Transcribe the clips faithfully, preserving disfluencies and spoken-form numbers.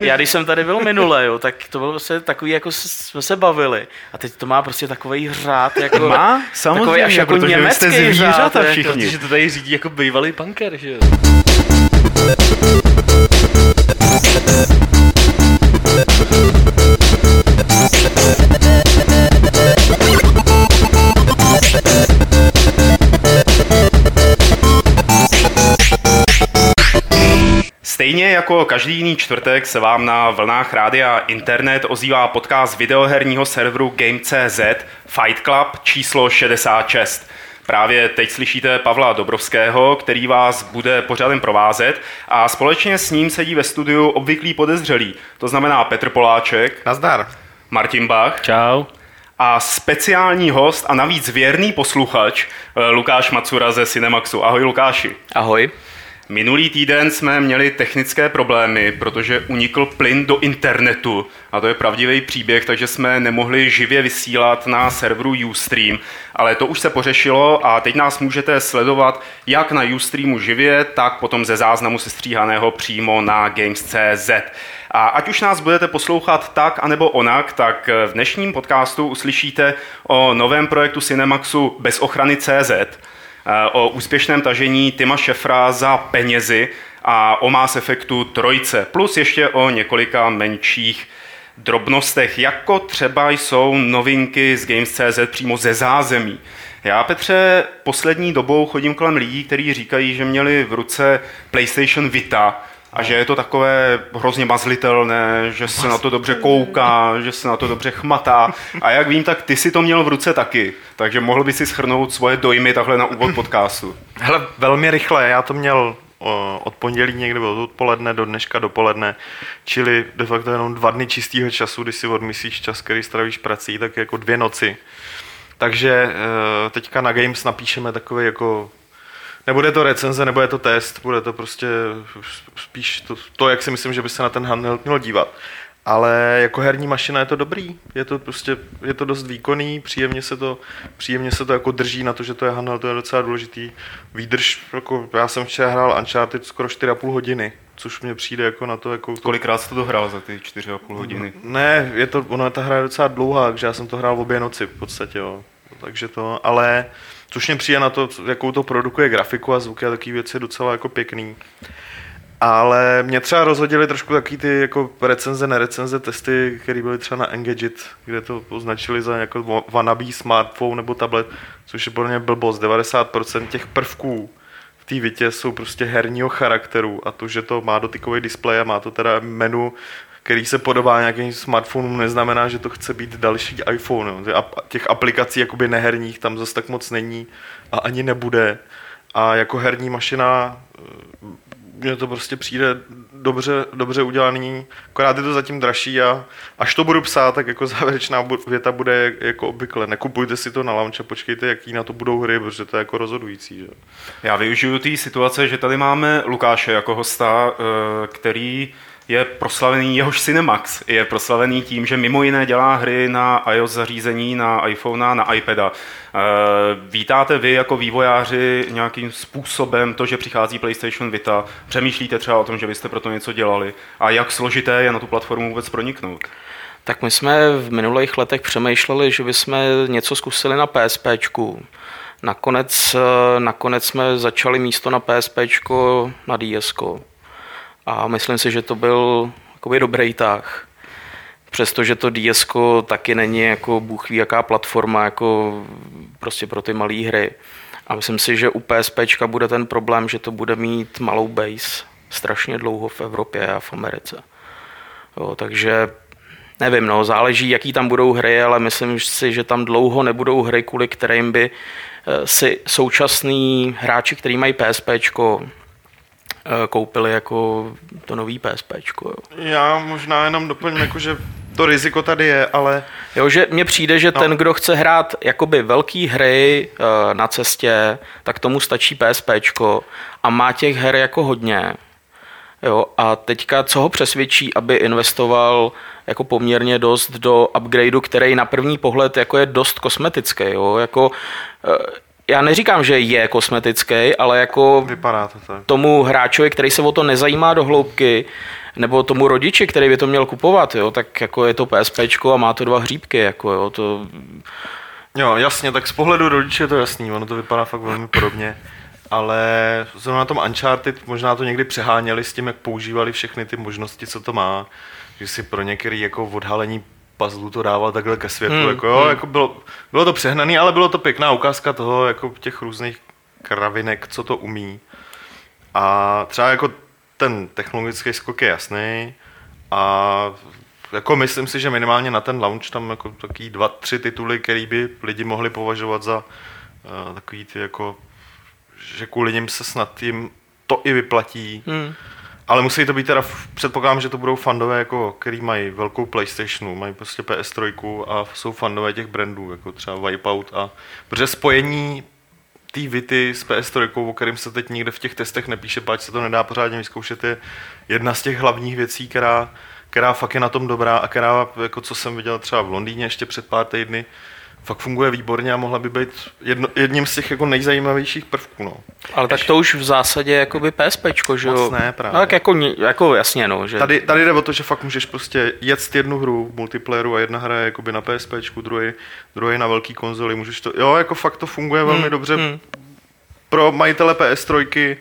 Já když jsem tady byl minule, jo, tak to bylo prostě takový, jako jsme se bavili. A teď to má prostě takový řád, jako... Má? Samozřejmě, takový až jako německý řád. Všichni. Protože to tady řídí jako bývalý punker, že jo? Stejně jako každý jiný čtvrtek se vám na vlnách rádia Internet ozývá podcast videoherního serveru Game tečka cé zet Fight Club číslo šedesát šest. Právě teď slyšíte Pavla Dobrovského, který vás bude pořadem provázet a společně s ním sedí ve studiu obvyklý podezřelý. To znamená Petr Poláček. Nazdar. Martin Bach. Čau. A speciální host a navíc věrný posluchač Lukáš Macura ze Cinemaxu. Ahoj Lukáši. Ahoj. Minulý týden jsme měli technické problémy, protože unikl plyn do internetu a to je pravdivý příběh, takže jsme nemohli živě vysílat na serveru Ustream, ale to už se pořešilo a teď nás můžete sledovat jak na Ustreamu živě, tak potom ze záznamu sestříhaného přímo na Games tečka cé zet. A ať už nás budete poslouchat tak anebo onak, tak v dnešním podcastu uslyšíte o novém projektu Cinemaxu Bez ochrany tečka cé zet, o úspěšném tažení Tima Schäffera za penězi a o Mass Effectu trojce, plus ještě o několika menších drobnostech, jako třeba jsou novinky z Games tečka cé zet přímo ze zázemí. Já, Petře, poslední dobou chodím kolem lidí, kteří říkají, že měli v ruce PlayStation Vita a že je to takové hrozně mazlitelné, že se na to dobře kouká, že se na to dobře chmatá. A jak vím, tak ty si to měl v ruce taky, takže mohl by si shrnout svoje dojmy takhle na úvod podcastu. Hele, velmi rychle, já to měl o, od pondělí někdy od odpoledne do dneška dopoledne, čili de facto jenom dva dny čistého času, když si odmyslíš čas, který stravíš prací, tak jako dvě noci. Takže teďka na Games napíšeme takový jako... Nebude to recenze, nebo je to test, bude to prostě spíš to, to, jak si myslím, že by se na ten handheld měl dívat. Ale jako herní mašina je to dobrý, je to prostě, je to dost výkonný, příjemně se to, příjemně se to jako drží na to, že to je handheld, to je docela důležitý. Výdrž, jako já jsem včera hrál Uncharted skoro čtyři a půl hodiny, což mě přijde jako na to jako... Kolikrát jsi to dohrál za ty čtyři a půl hodiny? Ne, je to, ono, ta hra je docela dlouhá, takže já jsem to hrál v obě noci v podstatě, jo. Takže to, ale... Což mě přijde na to, jakou to produkuje grafiku a zvuky a takové věci, je docela jako pěkný. Ale mě třeba rozhodili trošku taky ty jako recenze, nerecenze testy, které byly třeba na Engadget, kde to označili za jako wannabe smartphone nebo tablet, což je podle mě blbost. devadesát procent těch prvků v té Vitě jsou prostě herního charakteru a to, že to má dotykový displej a má to teda menu, který se podobá nějakým smartphonům, neznamená, že to chce být další iPhone. Jo. Těch aplikací jakoby neherních tam zase tak moc není a ani nebude. A jako herní mašina mně to prostě přijde dobře, dobře udělaný, akorát je to zatím dražší a až to budu psát, tak jako závěrečná věta bude jako obvykle. Nekupujte si to na launch a počkejte, jaký na to budou hry, protože to je jako rozhodující. Že? Já využiju té situace, že tady máme Lukáše jako hosta, který je proslavený, jehož Cinemax je proslavený tím, že mimo jiné dělá hry na iOS zařízení, na iPhone, na iPada. Vítáte vy jako vývojáři nějakým způsobem to, že přichází PlayStation Vita? Přemýšlíte třeba o tom, že byste pro to něco dělali? A jak složité je na tu platformu vůbec proniknout? Tak my jsme v minulých letech přemýšleli, že bychom něco zkusili na PSPčku. Nakonec, nakonec jsme začali místo na PSPčko na DSko. A myslím si, že to byl jakoby dobrý tah. Přestože to DSko taky není jako bůh ví jaká platforma jako prostě pro ty malé hry. A myslím si, že u PSPčka bude ten problém, že to bude mít malou base strašně dlouho v Evropě a v Americe. Jo, takže nevím, no, záleží, jaký tam budou hry, ale myslím si, že tam dlouho nebudou hry, kvůli kterým by si současní hráči, kteří mají PSPčko, koupili jako to nový PSPčko. Jo. Já možná jenom doplním, jako, že to riziko tady je, ale... Jo, že mně přijde, že no. ten, kdo chce hrát jakoby velký hry uh, na cestě, tak tomu stačí PSPčko a má těch her jako hodně. Jo, a teďka co ho přesvědčí, aby investoval jako poměrně dost do upgradeu, který na první pohled jako je dost kosmetický. Jo? Jako, uh, já neříkám, že je kosmetický, ale jako vypadá to tak. Tomu hráčovi, který se o to nezajímá do hloubky, nebo tomu rodiči, který by to měl kupovat, jo, tak jako je to PSPčko a má to dva hříbky, jako jo, to... Jo, jasně, tak z pohledu rodiče je to jasný, ono to vypadá fakt velmi podobně, ale zrovna na tom Uncharted možná to někdy přeháněli s tím, jak používali všechny ty možnosti, co to má, že si pro některý jako odhalení puzzle to dával takhle ke světlu, hmm, jako jo, hmm. jako bylo, bylo to přehnaný, ale bylo to pěkná ukázka toho, jako těch různých kravinek, co to umí. A třeba jako ten technologický skok je jasný a jako myslím si, že minimálně na ten launch tam jako takový dva, tři tituly, který by lidi mohli považovat za uh, takový ty jako, že kvůli nim se snad jim to i vyplatí. Hmm. Ale musí to být teda, předpokládám, že to budou fandové, jako, který mají velkou PlayStationu, mají prostě P S tři a jsou fandové těch brandů, jako třeba Wipeout a protože spojení té Vity s P S tři, o kterým se teď nikde v těch testech nepíše, páč se to nedá pořádně vyzkoušet, je jedna z těch hlavních věcí, která, která fakt je na tom dobrá a která, jako co jsem viděl třeba v Londýně ještě před pár týdny, fakt funguje výborně a mohla by být jedno, jedním z těch jako nejzajímavějších prvků. No. Ale tak to už v zásadě jakoby PSPčko, že jo? Moc ne, právě. No tak jako, jako jasně, no. Že... Tady, tady jde o to, že fakt můžeš prostě jet jednu hru v multiplayeru a jedna hra je jakoby na PSPčku, druhý, druhý na velký konzoli, můžeš to, jo, jako fakt to funguje velmi hmm, dobře. Hmm. Pro majitele P S tři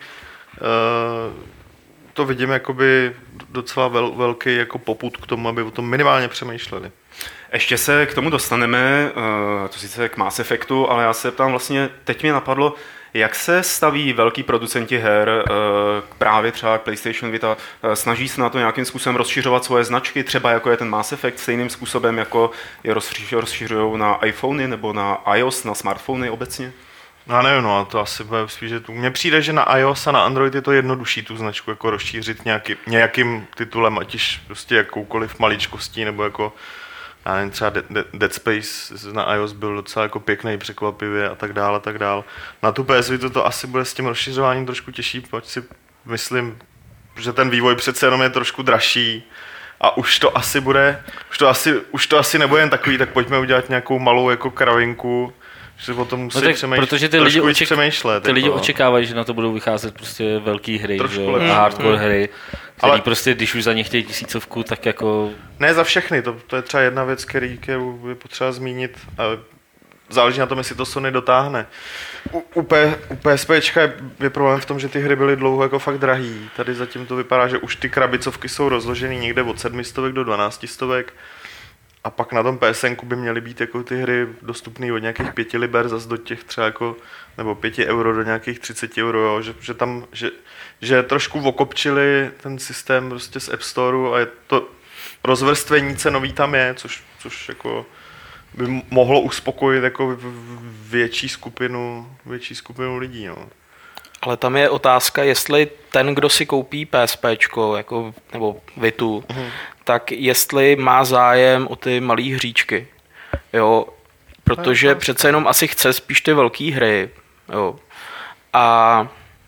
uh, to vidím jakoby docela vel, velký jako popud k tomu, aby o tom minimálně přemýšleli. Ještě se k tomu dostaneme, to sice k Mass Effectu, ale já se ptám vlastně, teď mě napadlo, jak se staví velký producenti her právě třeba k PlayStation Vita, snaží se na to nějakým způsobem rozšiřovat svoje značky, třeba jako je ten Mass Effect, stejným způsobem jako je rozšiřují na iPhony nebo na iOS, na smartfony obecně? Já nevím, no, to asi bude spíš, že tu. Mně přijde, že na iOS a na Android je to jednodušší tu značku jako rozšířit nějaký, nějakým titulem, ať již prostě jakoukoliv maličkostí, nebo jako já nevím, třeba Dead Space na iOS byl docela jako pěkný, překvapivě a tak dále, a tak dále. Na tu P S Vita to asi bude s tím rozšiřováním trošku těžší, protože si myslím, že ten vývoj přece jenom je trošku dražší a už to asi bude, už to asi, už to asi nebude jen takový, tak pojďme udělat nějakou malou jako kravinku, že o tom musí no tak, přemýšlet, protože ty lidi, oček, přemýšlet, ty lidi jako. očekávají, že na to budou vycházet prostě velký hry, že, lepší. a hardcore mm. hry, který ale prostě, když už za ně chtějí tisícovku, tak jako... Ne za všechny, to, to je třeba jedna věc, který, kterou je potřeba zmínit, ale záleží na tom, jestli to Sony dotáhne. U, u, P, u PSPčka je, je problém v tom, že ty hry byly dlouho jako fakt drahý. Tady zatím to vypadá, že už ty krabicovky jsou rozloženy někde od sedmistovek do dvanáctistovek. A pak na tom P S N by měly být jako ty hry dostupné od nějakých pěti liber zase do těch třeba jako, nebo pěti euro do nějakých třicet euro, jo, že, že tam, že, že trošku okopčili ten systém prostě z App Storeu a je to rozvrstvení cenový tam je, což, což jako by mohlo uspokojit jako větší skupinu, větší skupinu lidí, no. Ale tam je otázka, jestli ten, kdo si koupí PSPčko, jako, nebo Vitu, uh-huh. tak jestli má zájem o ty malý hříčky, jo, protože přece jenom asi chce spíš ty velké hry, jo, a,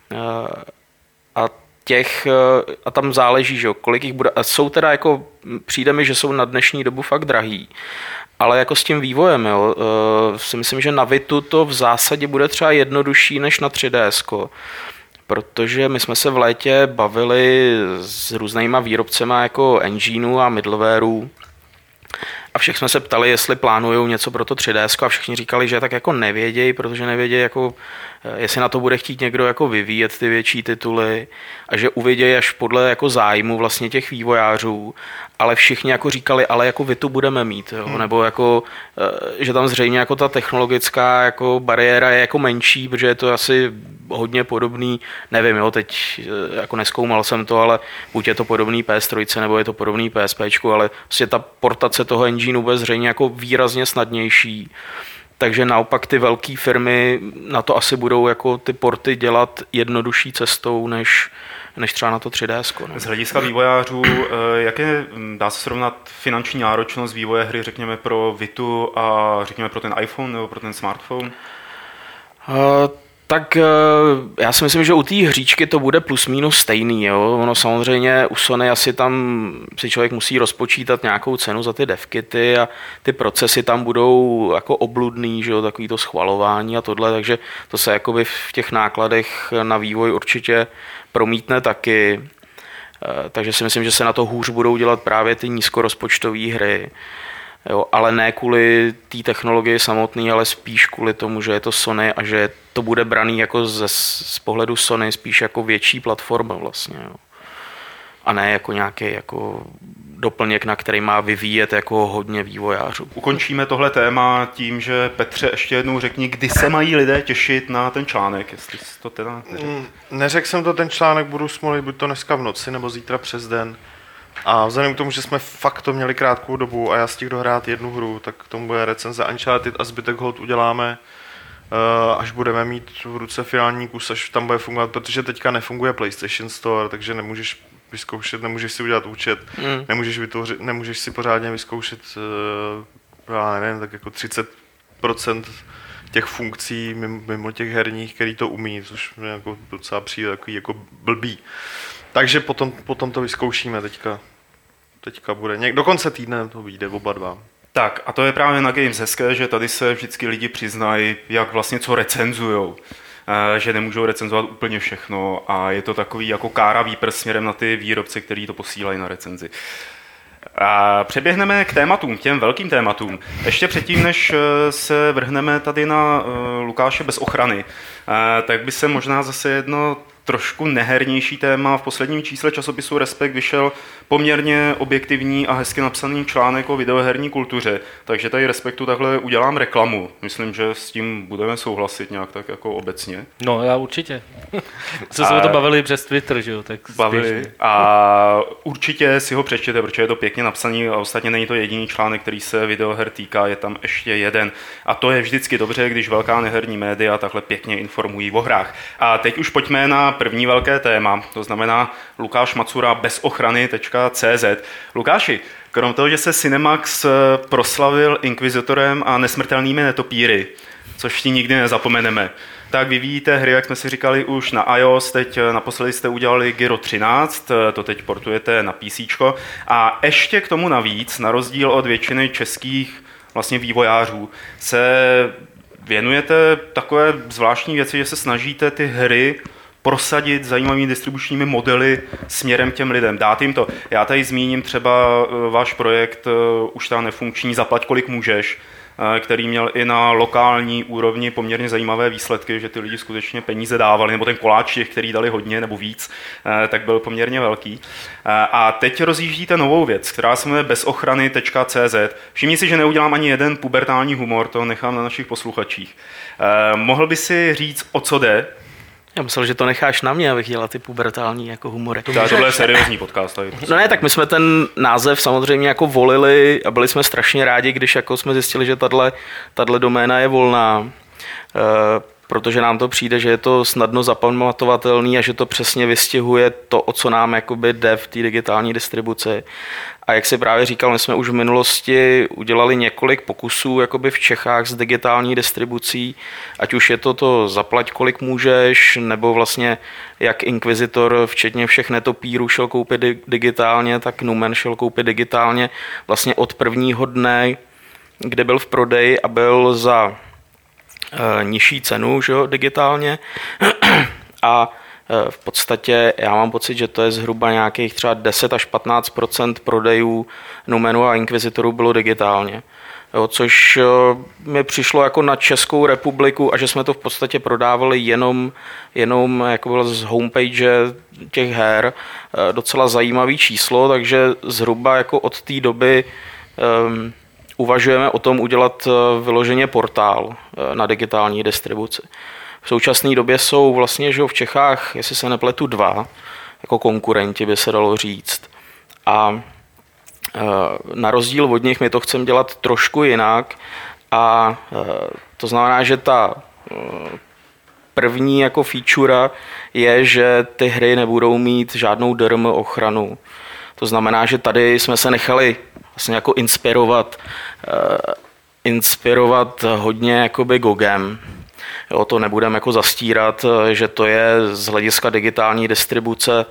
a těch, a tam záleží, že jo, kolik jich bude, a jsou teda jako, přijde mi, že jsou na dnešní dobu fakt drahý, ale jako s tím vývojem, jo, si myslím, že na Vitu to v zásadě bude třeba jednodušší než na tři D S ko, protože my jsme se v létě bavili s různýma výrobcema jako engineu a middlewareu a všech jsme se ptali, jestli plánujou něco pro to tři D S ko a všichni říkali, že tak jako nevědějí, protože nevědějí, jako, jestli na to bude chtít někdo jako vyvíjet ty větší tituly a že uvidějí až podle jako zájmu vlastně těch vývojářů, ale všichni jako říkali, ale jako Vitu budeme mít, jo? Hmm. Nebo jako, že tam zřejmě jako ta technologická jako bariéra je jako menší, protože je to asi hodně podobný, nevím, jo, teď jako nezkoumal jsem to, ale buď je to podobný P S tři, nebo je to podobný PSPčku, ale vlastně ta portace toho engineu bude zřejmě jako výrazně snadnější. Takže naopak ty velké firmy na to asi budou jako ty porty dělat jednodušší cestou, než, než třeba na to tři D S ko. Ne? Z hlediska vývojářů, jak je, dá se srovnat finanční náročnost vývoje hry, řekněme, pro Vitu a řekněme pro ten iPhone nebo pro ten smartphone? Uh, tak já si myslím, že u té hříčky to bude plus minus stejný. Jo? Ono samozřejmě u Sony asi tam si člověk musí rozpočítat nějakou cenu za ty devkity a ty procesy tam budou jako obludný, že jo? Takový to schvalování a tohle, takže to se jakoby v těch nákladech na vývoj určitě promítne taky. takže si myslím, že se na to hůř budou dělat právě ty nízkorozpočtové hry. Jo, ale ne kvůli té technologii samotné, ale spíš kvůli tomu, že je to Sony a že to bude braný jako ze, z pohledu Sony spíš jako větší platforma vlastně. Jo. A ne jako nějaký jako doplněk, na který má vyvíjet jako hodně vývojářů. Ukončíme tohle téma tím, že Petře ještě jednou řekni, kdy se mají lidé těšit na ten článek, jestli jsi to teda neřekl. Neřekl jsem to, ten článek budu smolit buď to dneska v noci, nebo zítra přes den. A vzhledem k tomu, že jsme fakt to měli krátkou dobu a já stihl dohrát jednu hru, tak k tomu bude recenze Uncharted a zbytek hod uděláme, až budeme mít v ruce finální kus, až tam bude fungovat, protože teďka nefunguje PlayStation Store, takže nemůžeš vyzkoušet, nemůžeš si udělat účet, mm. nemůžeš, vytvořit, nemůžeš si pořádně vyzkoušet, já nevím, tak jako třicet procent těch funkcí mimo těch herních, který to umí, což mě jako docela přijde takový jako blbý. Takže potom, potom to vyzkoušíme teďka. Teďka bude. Něk, do konce týdne to vyjde oba dva. Tak a to je právě na Games hezké, že tady se vždycky lidi přiznají, jak vlastně co recenzujou. E, že nemůžou recenzovat úplně všechno a je to takový jako káravý prst směrem na ty výrobce, který to posílají na recenzi. A přeběhneme k tématům, těm velkým tématům. Ještě předtím, než se vrhneme tady na Lukáše bez ochrany, tak by se možná zase jedno trošku nehernější téma. V posledním čísle časopisu Respekt vyšel poměrně objektivní a hezky napsaný článek o videoherní kultuře, takže tady Respektu takhle udělám reklamu. Myslím, že s tím budeme souhlasit nějak tak jako obecně. No, já určitě. Co jsme to bavili přes Twitter, že jo? Tak bavili a určitě si ho přečtěte, protože je to pěkně napsaný a ostatně není to jediný článek, který se videoher týká, je tam ještě jeden. A to je vždycky dobře, když velká neherní média takhle pěkně informují o hrách. A teď už pojďme na první velké téma, to znamená Lukáš Macura bez ochrany tečka cé zet. Lukáši, krom toho, že se Cinemax proslavil Inquisitorem a nesmrtelnými netopíry, což ti nikdy nezapomeneme, tak vyvíjíte hry, jak jsme si říkali, už na iOS, teď naposledy jste udělali Gyro třináct, to teď portujete na PCčko a ještě k tomu navíc, na rozdíl od většiny českých vlastně vývojářů, se věnujete takové zvláštní věci, že se snažíte ty hry prosadit zajímavými distribučními modely směrem k těm lidem, dát jim to. Já tady zmíním třeba váš projekt už ta nefunkční Zaplať kolik můžeš, který měl i na lokální úrovni poměrně zajímavé výsledky, že ty lidi skutečně peníze dávali, nebo ten koláč těch, který dali hodně nebo víc, tak byl poměrně velký. A teď rozjíždíte novou věc, která se jmenuje bez ochrany tečka cé zet. Všimni si, že neudělám ani jeden pubertální humor, to nechám na našich posluchačích. Mohl by si říct, o co jde? Já myslel, že to necháš na mě, abych dělal ty pubertální jako humory. To tohle je seriózní podcast. Tady. No ne, tak my jsme ten název samozřejmě jako volili a byli jsme strašně rádi, když jako jsme zjistili, že tahle, tahle doména je volná. E, protože nám to přijde, že je to snadno zapamatovatelný a že to přesně vystihuje to, o co nám jakoby jde v té digitální distribuci. A jak si právě říkal, my jsme už v minulosti udělali několik pokusů jakoby v Čechách s digitální distribucí, ať už je to to Zaplať kolik můžeš, nebo vlastně jak Inquisitor, včetně všech netopírů, šel koupit digitálně, tak Numen šel koupit digitálně vlastně od prvního dne, kde byl v prodeji a byl za e, nižší cenu, že jo, digitálně. A v podstatě já mám pocit, že to je zhruba nějakých třeba deset až patnáct procent prodejů Numenu a Inquisitoru bylo digitálně. Jo, což mi přišlo jako na Českou republiku a že jsme to v podstatě prodávali jenom, jenom jako z homepage těch her. Docela zajímavý číslo, takže zhruba jako od té doby um, uvažujeme o tom udělat vyloženě portál na digitální distribuci. V současné době jsou vlastně, že v Čechách, jestli se nepletu, dva jako konkurenti, by se dalo říct. A na rozdíl od nich my to chceme dělat trošku jinak. A to znamená, že ta první jako feature je, že ty hry nebudou mít žádnou D R M ochranu. To znamená, že tady jsme se nechali vlastně jako inspirovat, inspirovat hodně jakoby Gogem. Jo, to nebudeme jako zastírat, že to je z hlediska digitální distribuce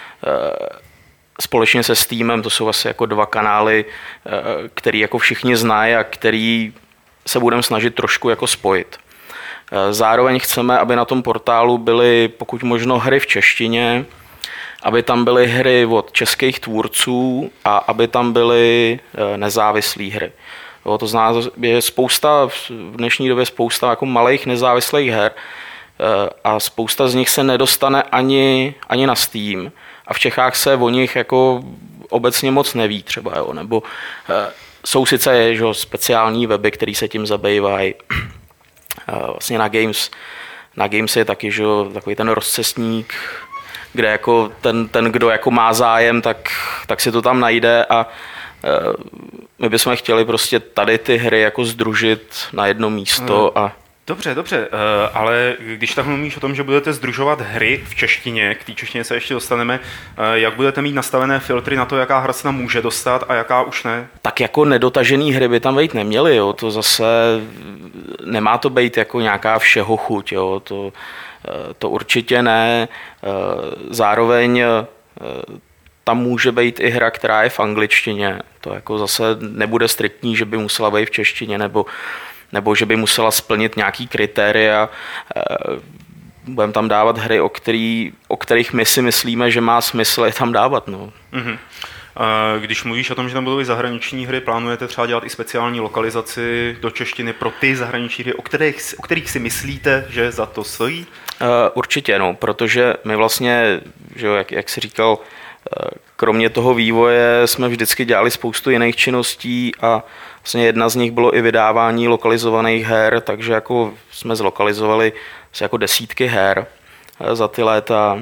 společně se Steamem, to jsou asi jako dva kanály, který jako všichni znají a který se budeme snažit trošku jako spojit. Zároveň chceme, aby na tom portálu byly pokud možno hry v češtině aby tam byly hry od českých tvůrců a aby tam byly nezávislé hry. Jo, to znamená, je spousta, v dnešní době spousta jako malých nezávislých her a spousta z nich se nedostane ani, ani na Steam a v Čechách se o nich jako obecně moc neví třeba, jo, nebo jsou sice že, speciální weby, které se tím zabývají. Vlastně na Games, na Games je taky že, takový ten rozcestník, kde jako ten, ten, kdo jako má zájem, tak, tak si to tam najde a my bychom chtěli prostě tady ty hry jako sdružit na jedno místo a Dobře, dobře, ale když tak mluvíš o tom, že budete sdružovat hry v češtině, k té češtině se ještě dostaneme, jak budete mít nastavené filtry na to, jaká hra se tam může dostat a jaká už ne? Tak jako nedotažený hry by tam být neměly, jo. To zase nemá to být jako nějaká všeho chuť, jo. To, to určitě ne. Zároveň tam může být i hra, která je v angličtině. To jako zase nebude striktní, že by musela být v češtině, nebo nebo že by musela splnit nějaký kritéria. Budeme tam dávat hry, o, který, o kterých my si myslíme, že má smysl je tam dávat. No. Mm-hmm. Když mluvíš o tom, že tam budou i zahraniční hry, plánujete třeba dělat i speciální lokalizaci do češtiny pro ty zahraniční hry, o kterých, o kterých si myslíte, že za to stojí? Určitě, no, protože my vlastně, že jo, jak, jak jsi říkal, kromě toho vývoje jsme vždycky dělali spoustu jiných činností a vlastně jedna z nich bylo i vydávání lokalizovaných her, takže jako jsme zlokalizovali jako desítky her za ty léta.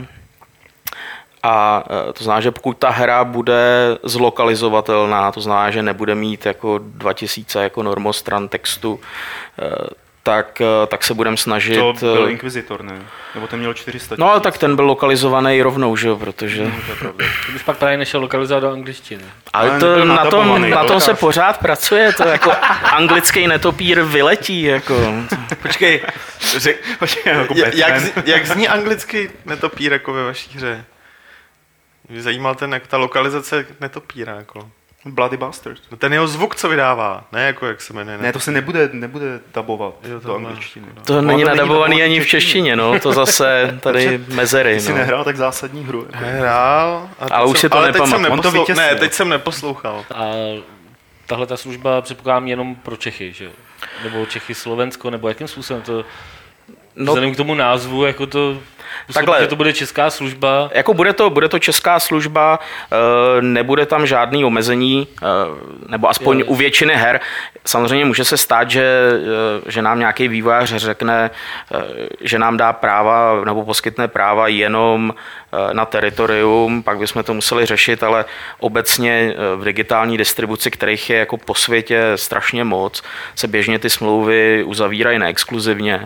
A to znamená, že pokud ta hra bude zlokalizovatelná, to znamená, že nebude mít jako dva tisíce jako normostran textu, tak, tak se budeme snažit... To byl Inquisitor, ne? Nebo ten měl čtyři sta tisíc? No ale tak ten byl lokalizovaný rovnou, že jo, protože... No, to je pravda. To bych pak právě nešel lokalizovat do angličtiny. Ale, ale to, na tom, na tom se pořád pracuje, to jako anglický netopír vyletí, jako... Počkej, řek, počkej jako jak, jak zní anglický netopír jako ve vaší hře? Mě zajímal ten, jak ta lokalizace netopíra, jako... Bloody Bastard. No ten jeho zvuk, co vydává, ne jako jak se jmenuje. Ne, ne to se nebude, nebude dabovat jo, to do angličtiny. No. To není nadabovaný ani v češtině, no, to zase tady mezery. Ty jsi no. nehrál tak zásadní hru. Jako. Nehrál, ale už si to nepamatuju. Ne, teď jsem neposlouchal. A tahle ta služba předpokládám jenom pro Čechy, že? Nebo Čechy, Slovensko, nebo jakým způsobem to... No, vzhledem k tomu názvu, jako to, takhle, že to bude česká služba. Jako bude to, bude to česká služba, nebude tam žádný omezení, nebo aspoň je, u většiny her. Samozřejmě může se stát, že, že nám nějaký vývojář řekne, že nám dá práva nebo poskytne práva jenom na teritorium, pak bychom to museli řešit, ale obecně v digitální distribuci, kterých je jako po světě strašně moc, se běžně ty smlouvy uzavírají neexkluzivně.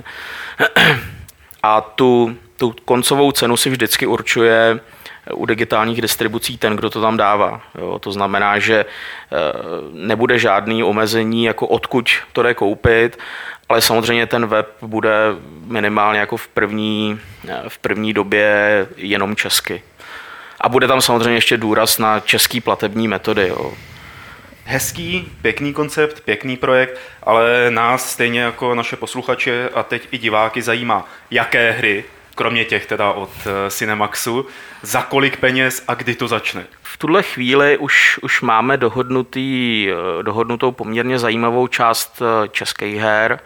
A tu, tu koncovou cenu si vždycky určuje u digitálních distribucí ten, kdo to tam dává. Jo, to znamená, že nebude žádný omezení, jako odkud to jde koupit, ale samozřejmě ten web bude minimálně jako v první, v první době jenom česky. A bude tam samozřejmě ještě důraz na český platební metody. Jo. Hezký, pěkný koncept, pěkný projekt, ale nás stejně jako naše posluchače a teď i diváky zajímá, jaké hry, kromě těch teda od Cinemaxu, za kolik peněz a kdy to začne. V tuhle chvíli už, už máme dohodnutý, dohodnutou poměrně zajímavou část českých her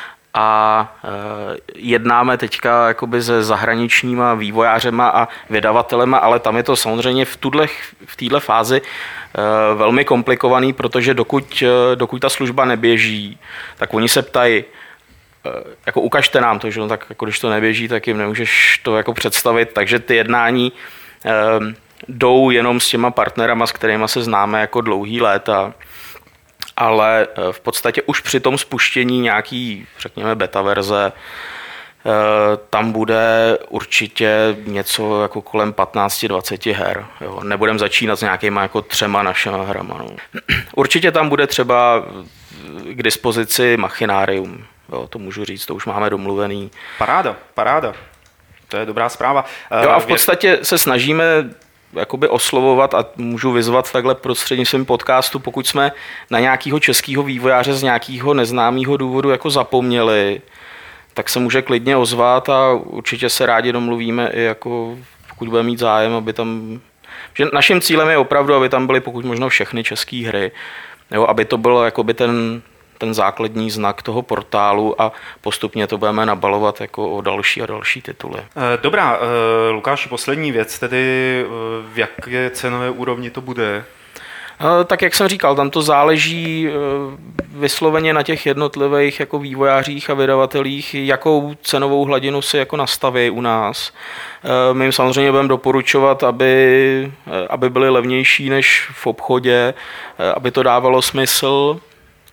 a jednáme teďka jakoby se zahraničníma vývojářema a vydavatelema, ale tam je to samozřejmě v tuhle, v této fázi velmi komplikovaný, protože dokud, dokud ta služba neběží, tak oni se ptají, jako ukažte nám to, že no, tak jako když to neběží, tak jim nemůžeš to jako představit, takže ty jednání eh, jdou jenom s těma partnerama, s kterými se známe jako dlouhý léta, ale eh, v podstatě už při tom spuštění nějaký, řekněme, beta verze, eh, tam bude určitě něco jako kolem patnáct dvacet her. Jo. Nebudem začínat s nějakýma jako třema našima hrama. No. Určitě tam bude třeba k dispozici Machinarium. Jo, to můžu říct, to už máme domluvený. Paráda, paráda. To je dobrá zpráva. Jo, a v podstatě se snažíme jakoby oslovovat a můžu vyzvat takhle prostřednictvím podcastu, pokud jsme na nějakého českého vývojáře z nějakého neznámého důvodu jako zapomněli, tak se může klidně ozvat a určitě se rádi domluvíme i jako pokud bude mít zájem, aby tam... Že naším cílem je opravdu, aby tam byly pokud možno všechny české hry, jo, aby to byl jakoby ten, ten základní znak toho portálu a postupně to budeme nabalovat jako o další a další tituly. Dobrá, Lukáši, poslední věc, tedy v jaké cenové úrovni to bude? Tak jak jsem říkal, tam to záleží vysloveně na těch jednotlivých jako vývojářích a vydavatelích, jakou cenovou hladinu si jako nastaví u nás. My jim samozřejmě budeme doporučovat, aby, aby byly levnější než v obchodě, aby to dávalo smysl.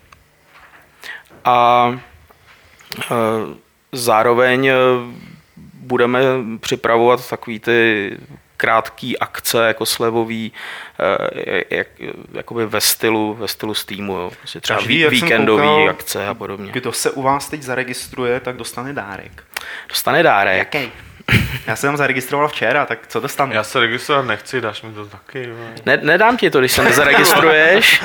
A zároveň budeme připravovat takový ty krátký akce jako slevový, jak, jakoby ve stylu, ve stylu Steamu, jo. Prostě třeba Každý, víkendový koukal, akce a podobně. Kdo se u vás teď zaregistruje, tak dostane dárek. Dostane dárek. Jaký? Já jsem tam zaregistroval včera, tak co dostanu? Já se registrovat nechci, dáš mi to taky. Ne, nedám ti to, když se nezaregistruješ.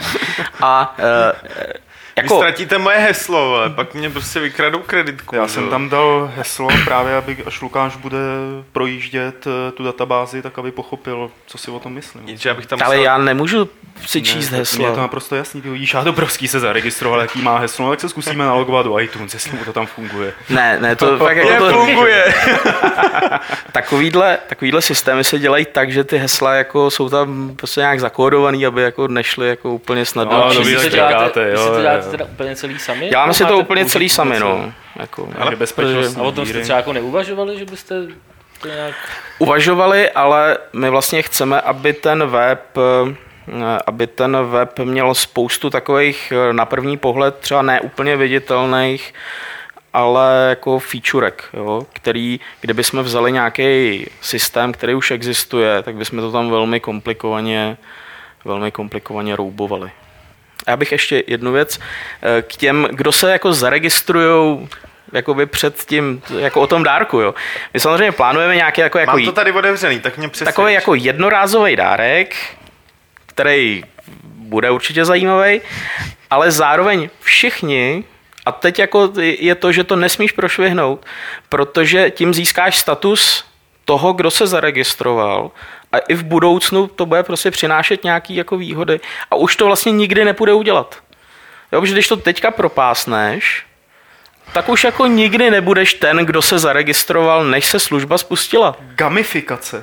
A uh, jako... Vy ztratíte moje heslo, ale pak mě prostě vykradou kreditku. Já jsem tam dal heslo právě, aby až Lukáš bude projíždět tu databázi, tak aby pochopil, co si o tom myslím. Nic, já bych tam ale musel... já nemůžu si číst ne, heslo. Mně je to naprosto jasný, ty Jíša Dobrovský se zaregistroval, jaký má heslo, no, tak se zkusíme nalogovat do iTunes, jestli mu to tam funguje. Ne, ne, to fakt jako to funguje. takovýhle, takovýhle systémy se dělají tak, že ty hesla jako jsou tam prostě nějak zakódovaný, aby jako nešly jako úplně snadno. No, Vy vy si to to děláte, děláte, jo, vy si to jo, děláte jo. teda úplně celý sami? Děláme si to Máte úplně celý použít sami, něco? no. Jako, Ale bezpečnost. A o tom jste třeba jako neuvažovali, že byste to nějak... Uvažovali, ale my vlastně chceme, aby ten web aby ten web měl spoustu takových na první pohled třeba ne úplně viditelných, ale jako featurek, jo, který, kdybychom vzali nějaký systém, který už existuje, tak bychom to tam velmi komplikovaně, velmi komplikovaně roubovali. A já bych ještě jednu věc k těm, kdo se jako zaregistrujou jakoby před tím, jako o tom dárku, jo. My samozřejmě plánujeme nějaký jako... jako Mám to tady otevřený, tak mě přesvědč. Takový jako jednorázový dárek, který bude určitě zajímavý, ale zároveň všichni, a teď jako je to, že to nesmíš prošvihnout, protože tím získáš status toho, kdo se zaregistroval a i v budoucnu to bude prostě přinášet nějaký jako výhody a už to vlastně nikdy nepůjde udělat. Jo, protože když to teďka propásneš, tak už jako nikdy nebudeš ten, kdo se zaregistroval, než se služba spustila. Gamifikace.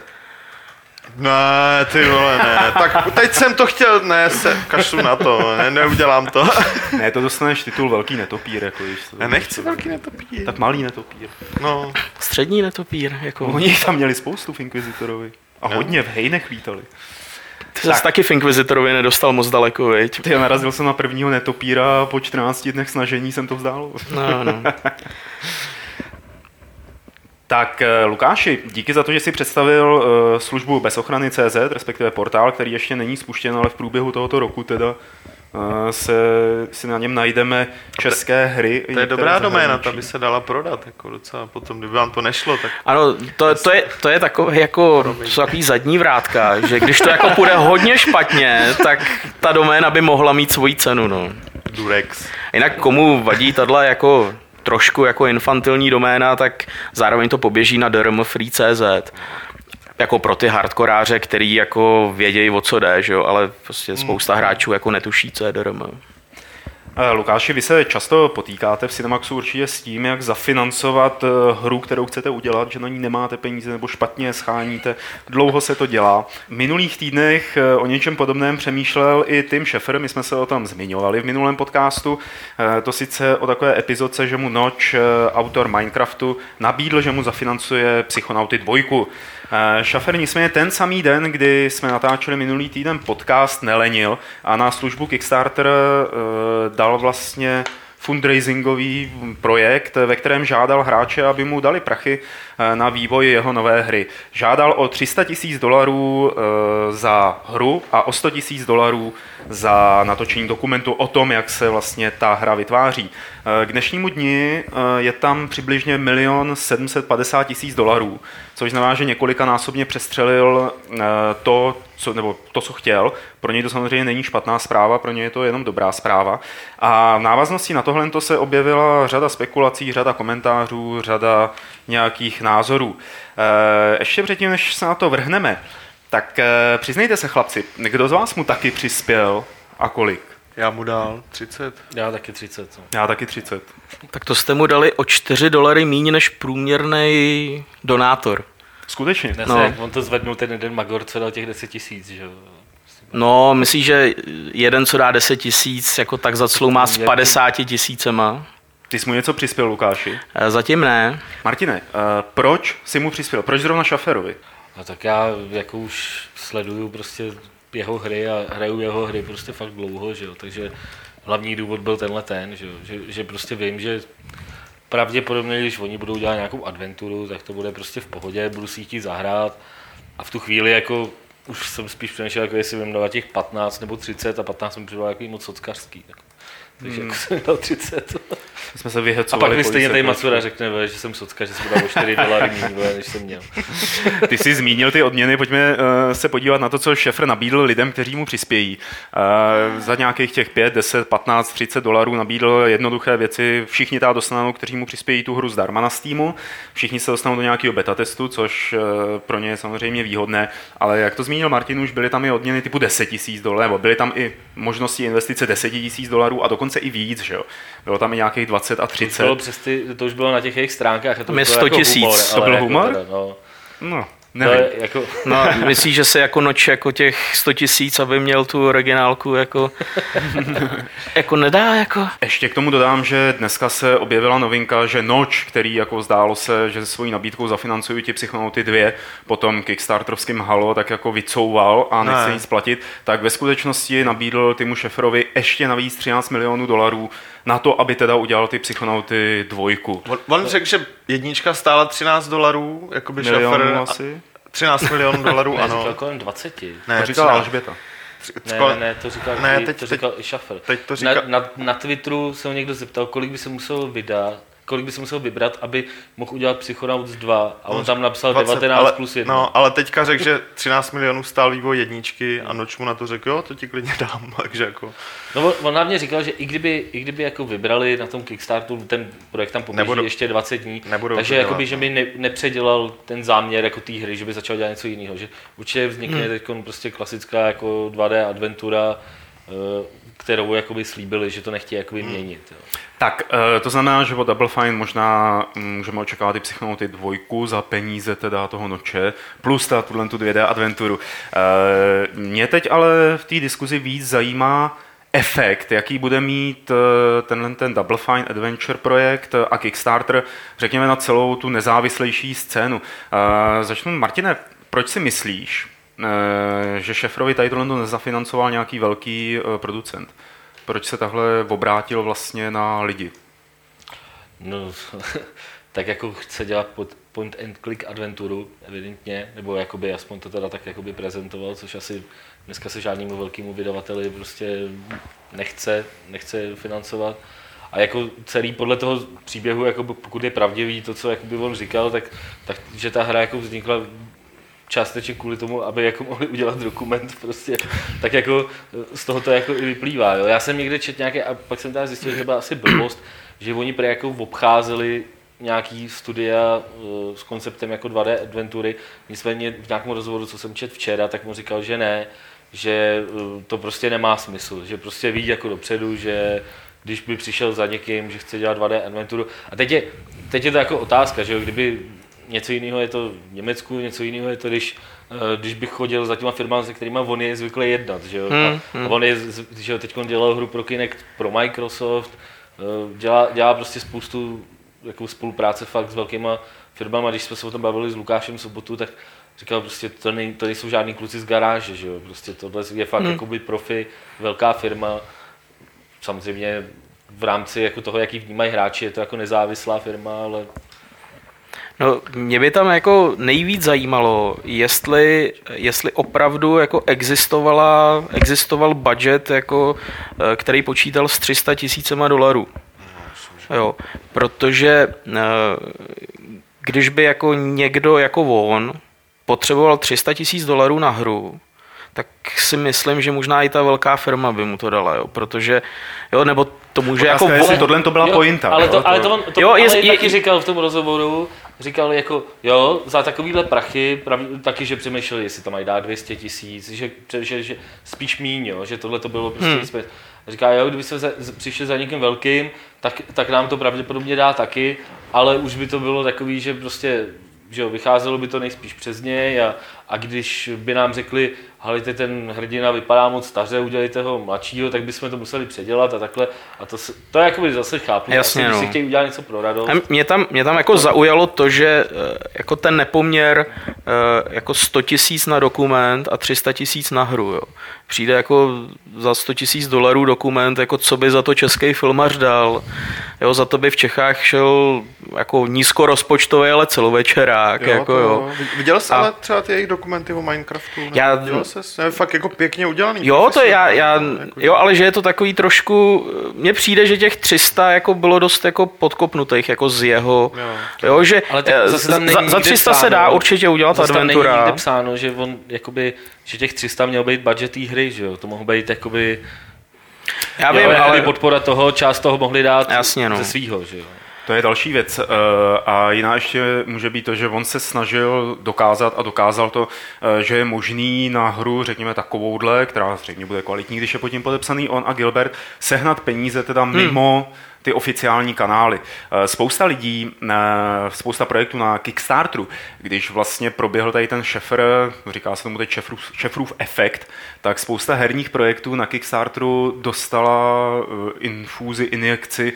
Ne, ty vole, ne. Tak teď jsem to chtěl, ne, se kašlu na to, ne, neudělám to. Ne, to dostaneš titul velký netopír, jako když to... Já nechci velký netopír. Tak malý netopír. No. Střední netopír, jako... Oni tam měli spoustu v Inquisitorovi. A no. hodně v hejnech lítali. Ty jsi taky v Inquisitorovi nedostal moc daleko, viď? Ty, narazil jsem na prvního netopíra a po čtrnácti dnech snažení jsem to vzdál. No, no. Tak Lukáši, díky za to, že jsi představil službu bezochrany tečka cé zet, respektive portál, který ještě není spuštěn, ale v průběhu tohoto roku teda se, si na něm najdeme české hry. To je dobrá doména, ta by se dala prodat, jako docela potom, kdyby vám to nešlo, tak... Ano, to, to, je, to je takové jako, to jsou takový zadní vrátka, že když to jako půjde hodně špatně, tak ta doména by mohla mít svoji cenu, no. Durex. Jinak komu vadí tato jako trošku jako infantilní doména, tak zároveň to poběží na drmfree tečka cé zet. Jako pro ty hardkoráře, který jako vědějí, o co jde, že jo? Ale prostě spousta hráčů jako netuší, co je D R M. Lukáši, vy se často potýkáte v Cinemaxu určitě s tím, jak zafinancovat hru, kterou chcete udělat, že na ní nemáte peníze nebo špatně scháníte. Dlouho se to dělá. V minulých týdnech o něčem podobném přemýšlel i Tim Schafer, my jsme se o tom zmiňovali v minulém podcastu. To sice o takové epizodce, že mu Notch, autor Minecraftu, nabídl, že mu zafinancuje Psychonauty dvojku. Schafer nicméně ten samý den, kdy jsme natáčeli minulý týden podcast, nelenil a na službu Kickstarter dal vlastně fundraisingový projekt, ve kterém žádal hráče, aby mu dali prachy na vývoj jeho nové hry. Žádal o tři sta tisíc dolarů za hru a o sto tisíc dolarů za natočení dokumentu o tom, jak se vlastně ta hra vytváří. K dnešnímu dni je tam přibližně milion sedm set padesát tisíc dolarů, což znamená, že několikanásobně přestřelil to, co, nebo to, co chtěl. Pro něj to samozřejmě není špatná zpráva, pro něj je to jenom dobrá zpráva. A v návaznosti na tohle to se objevila řada spekulací, řada komentářů, řada nějakých názorů. Ještě předtím, než se na to vrhneme, tak přiznejte se, chlapci, kdo z vás mu taky přispěl a kolik? Já mu dal třicet. Já taky třicet. No. Já taky třicet. Tak to jste mu dali o čtyři dolary míň než průměrný donátor. Skutečně? Nese, No. On to zvednul ten jeden magor, co dal těch deset tisíc, že jo? No, myslíš, že jeden, co dá deset tisíc, jako tak zaclou má s padesáti tisícema? Ty jsi mu něco přispěl, Lukáši? Zatím ne. Martine, proč jsi mu přispěl? Proč zrovna Šaferovi? A tak já jako už sleduju prostě jeho hry a hraju jeho hry prostě fakt dlouho, že jo? Takže hlavní důvod byl tenhle ten, že, jo? Že, že prostě vím, že pravděpodobně, když oni budou dělat nějakou adventuru, tak to bude prostě v pohodě, budu si chtít zahrát a v tu chvíli jako už jsem spíš přemýšlel, jako jestli vím dát těch patnáct nebo třicet a patnáct jsem připadal jako moc sockařský. Tak. Takže hmm. jako jsem dal třicet. Jsme se vyhecovali. A pak mi stejně tady Macura řekne, že jsem socka, že jsem dal o čtyři dolary méně, než jsem měl. Ty jsi zmínil ty odměny, pojďme uh, se podívat na to, co Šefr nabídl lidem, kteří mu přispějí. Uh, za nějakých těch pět, deset, patnáct, třicet dolarů nabídl jednoduché věci. Všichni tá dostanou, kteří mu přispějí tu hru zdarma na Steamu. Všichni se dostanou do nějakého beta testu, což uh, pro ně je samozřejmě výhodné. Ale jak to zmínil Martin, už byly tam i odměny typu deset tisíc dolarů, nebo byly tam i možnosti investice deset tisíc dolarů a dokonce i víc, že jo. Bylo tam i nějakých dvacet a třicet. To, bylo přes ty, to už bylo na těch jejich stránkách. A to bylo sto tisíc. To byl jako humor? Teda, no. No, nevím. Jako... No, myslíš, že se jako noč jako těch sto tisíc, aby měl tu originálku, jako, jako nedá, jako? Ještě k tomu dodám, že dneska se objevila novinka, že Noč, který jako zdálo se, že se svojí nabídkou zafinancují ti Psychonauty dvě, potom kickstarterovským Halo, tak jako vycouval a nechce ne. nic platit, tak ve skutečnosti nabídl Timu Šeferovi ještě navíc třináct milionů dolarů na to, aby teda udělal ty Psychonauty dvojku. On, on řekl, že jednička stála třináct dolarů, jakoby Šafer. Asi? třináct milionů dolarů, ano. Říkal kolem dvacet. Ne, to říkala Alžběta. Ne, ne, ne, to říkal, ne, teď, to říkal teď, i Šafer. Teď to říkal... na, na, na Twitteru se ho někdo zeptal, kolik by se musel vydat, kolik by se musel vybrat, aby mohl udělat Psychonauts dva a on no, tam napsal dvacet, devatenáct ale, plus jedna. No, ale teďka řekl, že třináct milionů stál vývoj jedničky a Noč mu na to řekl, jo, to ti klidně dám, takže jako... No on, on hlavně říkal, že i kdyby, i kdyby jako vybrali na tom Kickstarteru, ten projekt tam poběží nebudu, ještě dvacet dní, takže jakoby, že by ne, nepředělal ten záměr jako té hry, že by začal dělat něco jiného, že určitě vznikne hmm. teď prostě klasická jako dva dé adventura, kterou jakoby slíbili, že to nechtějí jakoby hmm. měnit. Jo. Tak, to znamená, že od Double Fine možná můžeme očekávat i Psychonauty dvojku za peníze teda toho Noče, plus ta tuhle tu dvě dé adventuru. Mě teď ale v té diskuzi víc zajímá efekt, jaký bude mít tenhle ten Double Fine Adventure projekt a Kickstarter, řekněme, na celou tu nezávislejší scénu. Začnu, Martine, proč si myslíš, že Šefrovi tady tohle nezafinancoval nějaký velký producent? Proč se takhle obrátil vlastně na lidi? No, tak jako chce dělat point and click adventuru, evidentně, nebo jakoby aspoň to teda tak jakoby prezentoval, což asi dneska se žádnému velkému vydavateli prostě nechce, nechce financovat. A jako celý podle toho příběhu, jako pokud je pravdivý to, co jakoby on říkal, tak, tak že ta hra jako vznikla částečně kvůli tomu, aby jako mohli udělat dokument prostě, tak jako z toho to jako i vyplývá. Jo. Já jsem někde četl nějaké, a pak jsem teda zjistil, že to byla asi blbost, že oni prý jako obcházeli nějaký studia uh, s konceptem jako dva dé adventury, nicméně v nějakém rozhovoru, co jsem četl včera, tak mu říkal, že ne, že uh, to prostě nemá smysl, že prostě ví jako dopředu, že když by přišel za někým, že chce dělat dva dé adventuru. A teď je, teď je to jako otázka, že jo, kdyby něco jiného je to v Německu, něco jiného je to, když, když bych chodil za těma firmami, se kterými on je zvyklý jednat. Že jo? Hmm, hmm. A on je, že jo, teď dělal hru pro Kinect pro Microsoft, dělá, dělá prostě spoustu jako spolupráce fakt s velkýma firmama. Když jsme se o tom bavili s Lukášem Sobotu, tak říkal, prostě to, nej, to nejsou žádný kluci z garáže, že jo? Prostě tohle je fakt hmm. jakoby profi, velká firma. Samozřejmě v rámci jako toho, jaký vnímají hráči, je to jako nezávislá firma, ale no, mě by tam jako nejvíc zajímalo, jestli, jestli opravdu jako existovala, existoval budget, jako, který počítal s tři sta tisícema dolarů. Jo, protože když by jako někdo jako on potřeboval tři sta tisíc dolarů na hru, tak si myslím, že možná i ta velká firma by mu to dala, jo, protože, jo, nebo to může Otázka jako... je, tohle to byla jo, pointa. Ale to, jo, ale to, on, to jo, ale je, je, taky říkal v tom rozhovoru, říkal jako, jo, za takovýhle prachy, prav, taky, že přemýšleli, jestli to mají dát dvě stě tisíc, že, že, že spíš míň, jo, že tohle to bylo prostě hmm. Říká, jo, kdyby jsme za, přišli za někým velkým, tak, tak nám to pravděpodobně dá taky, ale už by to bylo takový, že prostě, že jo, vycházelo by to nejspíš přes něj a, a když by nám řekli, halejte, ten hrdina vypadá moc staře, udělejte ho mladšího, tak bychom to museli předělat a takhle. A to, to jakoby zase chápu, jasně, asi, no. když si chtějí udělat něco pro radost. Mě tam, mě tam jako zaujalo to, že jako ten nepoměr jako sto tisíc na dokument a tři sta tisíc na hru. Jo. Přijde jako za sto tisíc dolarů dokument, jako co by za to český filmař dal. Jo, za to by v Čechách šel jako nízkorozpočtový, ale celovečerák. Jo, jako, to, jo. Viděl jsi A... ale třeba ty jejich dokumenty o Minecraftu? Ne? Já... Viděl jsi? Je fakt jako pěkně udělaný. Jo, to já, já, jo, ale že je to takový trošku, mně přijde, že těch tři sta jako bylo dost jako podkopnutých jako z jeho, jo, jo že ale zase tam za, za tři sta se dá určitě udělat adventura. Tam není nikde psáno, že on jakoby, že těch tři sta mělo být budget té hry, že jo, to mohlo být jakoby, já vím, jo, ale podpora toho, část toho mohli dát jasně, no. ze svýho, že jo. To je další věc. A jiná ještě může být to, že on se snažil dokázat a dokázal to, že je možný na hru, řekněme takovouhle, která zřejmě bude kvalitní, když je pod tím podepsaný on a Gilbert, sehnat peníze teda mimo hmm. ty oficiální kanály. Spousta lidí, spousta projektů na Kickstarteru, když vlastně proběhl tady ten Šefr, říká se tomu teď Šefrův, Šefrův efekt, tak spousta herních projektů na Kickstarteru dostala infúzi, injekci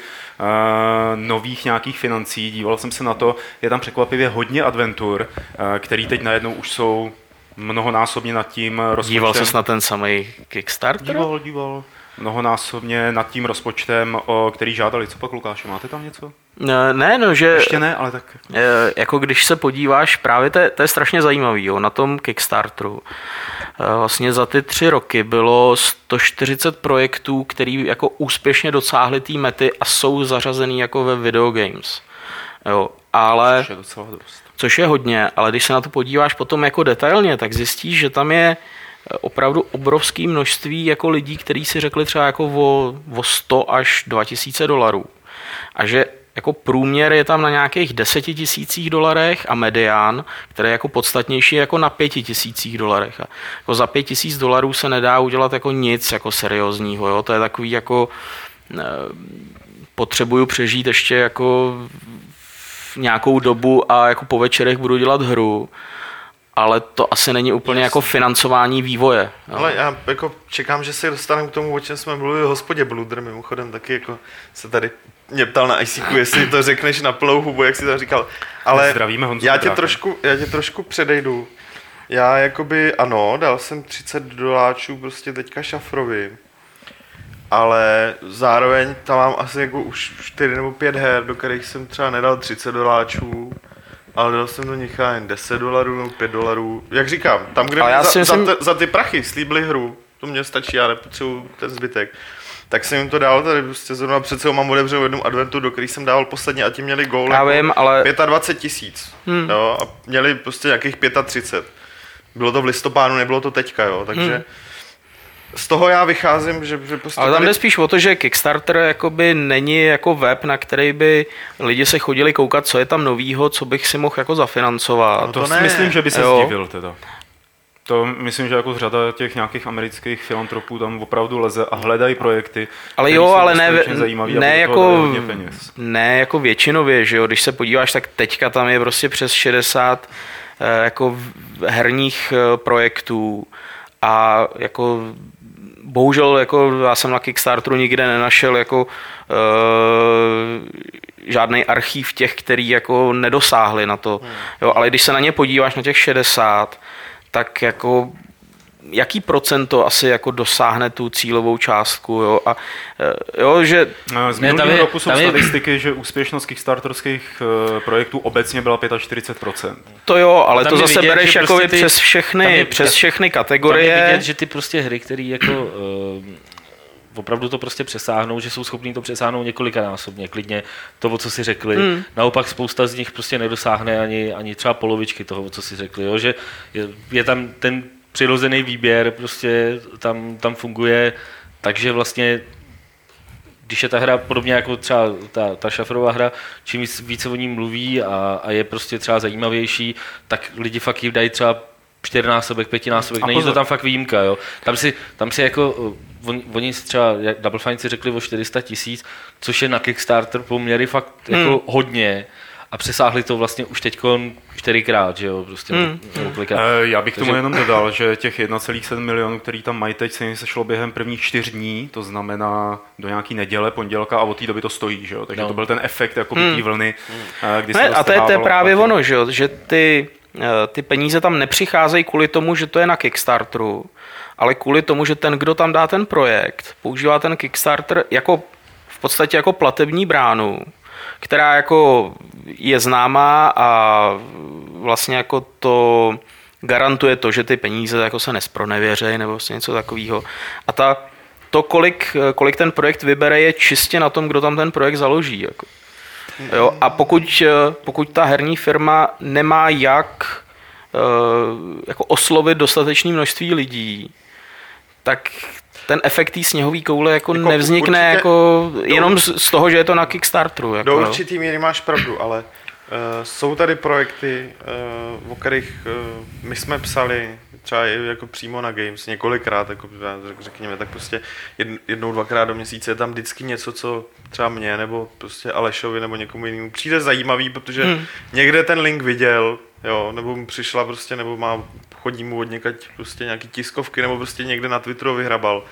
nových nějakých financí. Díval jsem se na to, je tam překvapivě hodně adventur, který teď najednou už jsou mnohonásobně nad tím rozpočtem. Díval ses na ten samý Kickstarter? Díval, díval. Mnohonásobně nad tím rozpočtem, o který žádali. Co pak, Lukáši, máte tam něco? Ne, no, že... Ještě ne, ale tak... Jako když se podíváš, právě to je, to je strašně zajímavý, jo, na tom Kickstarteru. Vlastně za ty tři roky bylo sto čtyřicet projektů, který jako úspěšně dosáhly té mety a jsou zařazený jako ve video games. Jo, ale... Což je docela dost. Což je hodně, ale když se na to podíváš potom jako detailně, tak zjistíš, že tam je opravdu obrovské množství jako lidí, kteří si řekli třeba jako o, o sto až dva tisíce dolarů. A že jako průměr je tam na nějakých deseti tisících dolarech a medián, který je jako podstatnější jako na pěti tisících dolarech. A jako za pět tisíc dolarů se nedá udělat jako nic jako seriózního. Jo? To je takový jako eh, potřebuju přežít ještě jako v nějakou dobu a jako po večerech budu dělat hru. Ale to asi není úplně jako financování vývoje. Jo. Ale já jako čekám, že se dostaneme k tomu, o čem jsme mluvili v hospodě Bludr, mimochodem taky jako se tady mě ptal na ICku, jestli to řekneš na plnou hubu, jak jsi to říkal. Ale zdravíme, Honzu, já tě, trošku, já tě trošku předejdu. Já jakoby, ano, dal jsem třicet doláčů prostě teďka Šafrovi, ale zároveň tam mám asi jako už čtyři nebo pět her, do kterých jsem třeba nedal třicet doláčů. Ale dal jsem do nich jen deset dolarů nebo pět dolarů. Jak říkám, tam, kde za, myslím... za, t, za ty prachy slíbili hru, to mě stačí, já nepotřebuji ten zbytek. Tak jsem jim to dal, tady prostě zrovna před sebou mám otevřenou jednu adventu, do který jsem dával posledně a ti měli goal jako vím, ale... dvacet pět tisíc. Hmm. Jo, a měli prostě nějakých třicet pět. Bylo to v listopádu, nebylo to teďka, jo, takže... Hmm. Z toho já vycházím, že, že prostě... Ale tam tady... jde spíš o to, že Kickstarter jakoby není jako web, na který by lidi se chodili koukat, co je tam novýho, co bych si mohl jako zafinancovat. No to, to si myslím, že by se jo. zdivil teda. To myslím, že jako řada těch nějakých amerických filantropů tam opravdu leze a hledají projekty. Ale jo, ale ne, zajímavý, ne, jako, peněz. ne jako většinově, že jo, když se podíváš, tak teďka tam je prostě přes šedesát eh, jako herních eh, projektů a jako bohužel jako já jsem na Kickstarteru nikde nenašel jako uh, žádný archív těch, který jako nedosáhli na to. Hmm. Jo, ale když se na ně podíváš na těch šedesát, tak jako jaký procento asi jako dosáhne tu cílovou částku, jo, a jo, že... Z minulého roku jsou statistiky, že úspěšnost kickstarterských projektů obecně byla čtyřicet pět procent. To jo, ale to zase vidět, bereš jako prostě ty, přes všechny, je, přes všechny kategorie. Tam je vidět, že ty prostě hry, které jako... Uh, opravdu to prostě přesáhnou, že jsou schopní to přesáhnout několikanásobně, klidně toho, co si řekli. Hmm. Naopak spousta z nich prostě nedosáhne ani, ani třeba polovičky toho, co si řekli, jo? Že je, je tam ten přirozený výběr prostě tam, tam funguje, takže vlastně když je ta hra podobně jako třeba ta, ta šafrová hra, čím více o ní mluví a, a je prostě třeba zajímavější, tak lidi fakt jí dají třeba čtyřnásobek, pětinásobek, není to tam fakt výjimka, jo. Tam si, tam si jako, on, oni třeba, jak Double Fine si řekli o čtyři sta tisíc, což je na Kickstarter poměry fakt jako hmm. hodně a přesáhli to vlastně už teďko čtyřikrát, že jo, prostě hmm. několikrát. Já bych tomu Takže... jenom dodal, že těch jedna celá sedm milionů, který tam mají teď, se jim sešlo během prvních čtyř dní, to znamená do nějaký neděle, pondělka a od té doby to stojí, že jo, takže no. to byl ten efekt jako hmm. té vlny, kdy se no, a to je, to je právě platí. Ono, že jo, že ty ty peníze tam nepřicházejí kvůli tomu, že to je na Kickstarteru, ale kvůli tomu, že ten, kdo tam dá ten projekt, používá ten Kickstarter jako v podstatě jako platební bránu, která jako je známá a vlastně jako to garantuje to, že ty peníze jako se nespronevěřejí nebo vlastně něco takového. A ta, to, kolik, kolik ten projekt vybere, je čistě na tom, kdo tam ten projekt založí. Jako. Jo, a pokud, pokud ta herní firma nemá jak jako oslovit dostatečné množství lidí, tak ten efekt té sněhové koule jako, jako nevznikne určitě, jako jenom do, z toho, že je to na Kickstarteru. Jako, do určitý míry máš pravdu, ale uh, jsou tady projekty, uh, o kterých uh, my jsme psali třeba jako přímo na Games několikrát, jako řekněme, tak prostě jednou, dvakrát do měsíce je tam vždycky něco, co třeba mě nebo prostě Alešovi nebo někomu jinému přijde zajímavý, protože hmm. někde ten link viděl, jo, nebo mu přišla prostě, nebo má, chodí mu od někať prostě nějaký tiskovky, nebo prostě někde na Twitteru vyhrabal.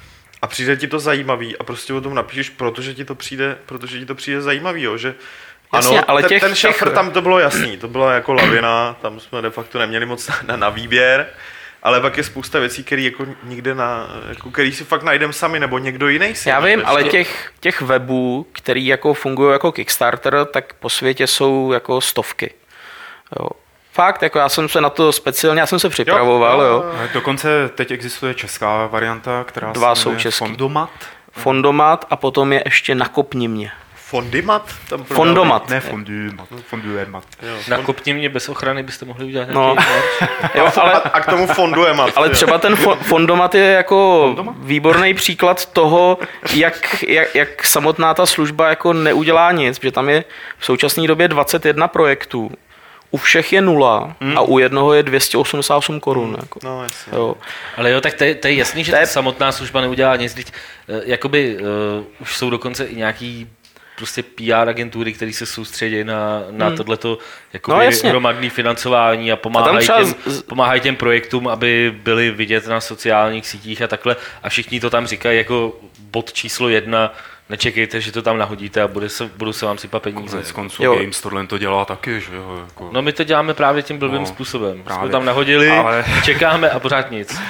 A přijde ti to zajímavý a prostě o tom napíšeš, protože ti to přijde, protože ti to přijde zajímavý, jo, že Jasně, ano, ale ten, těch, ten šafr těch... tam to bylo jasný, to byla jako lavina, tam jsme de facto neměli moc na, na výběr, ale pak je spousta věcí, které jako nikde na, jako který si fakt najdeme sami, nebo někdo jiný si. Já vím, ale těch, těch webů, který jako fungují jako Kickstarter, tak po světě jsou jako stovky. Jo. Fakt, jako já jsem se na to speciálně, já jsem se připravoval, jo. jo. Dokonce teď existuje česká varianta, která Dva se jmenuje Fondomat. Fondomat a potom je ještě Nakopni mě. Fondimat? Fondomat. Ne, Fondumat. Fonduemat. Nakopni mě bez ochrany byste mohli udělat no. jo, ale a k tomu Fonduemat. Ale třeba ten Fondomat je jako Fondomat? výborný příklad toho, jak, jak, jak samotná ta služba jako neudělá nic, protože tam je v současné době dvacet jedna projektů. U všech je nula hmm. a u jednoho je dvě stě osmdesát osm korun. Hmm. Jako. No, jasně. Jo. Ale jo, tak to je, to je jasný, že ta samotná služba neudělá nic. Teď, jakoby uh, už jsou dokonce i nějaký prostě P R agentury, které se soustředí na, na hmm. tohleto jakoby no, hromadné financování a pomáhají, a těm, z... pomáhají těm projektům, aby byly vidět na sociálních sítích a takhle. A všichni to tam říkají jako bod číslo jedna. Nečekejte, že to tam nahodíte a bude se, budou se vám sypat peníze. Konec konců Games tohle to dělá taky, že jo? Jako... No my to děláme právě tím blbým no, způsobem. Právě. Jsme tam nahodili, ale... čekáme a pořád nic.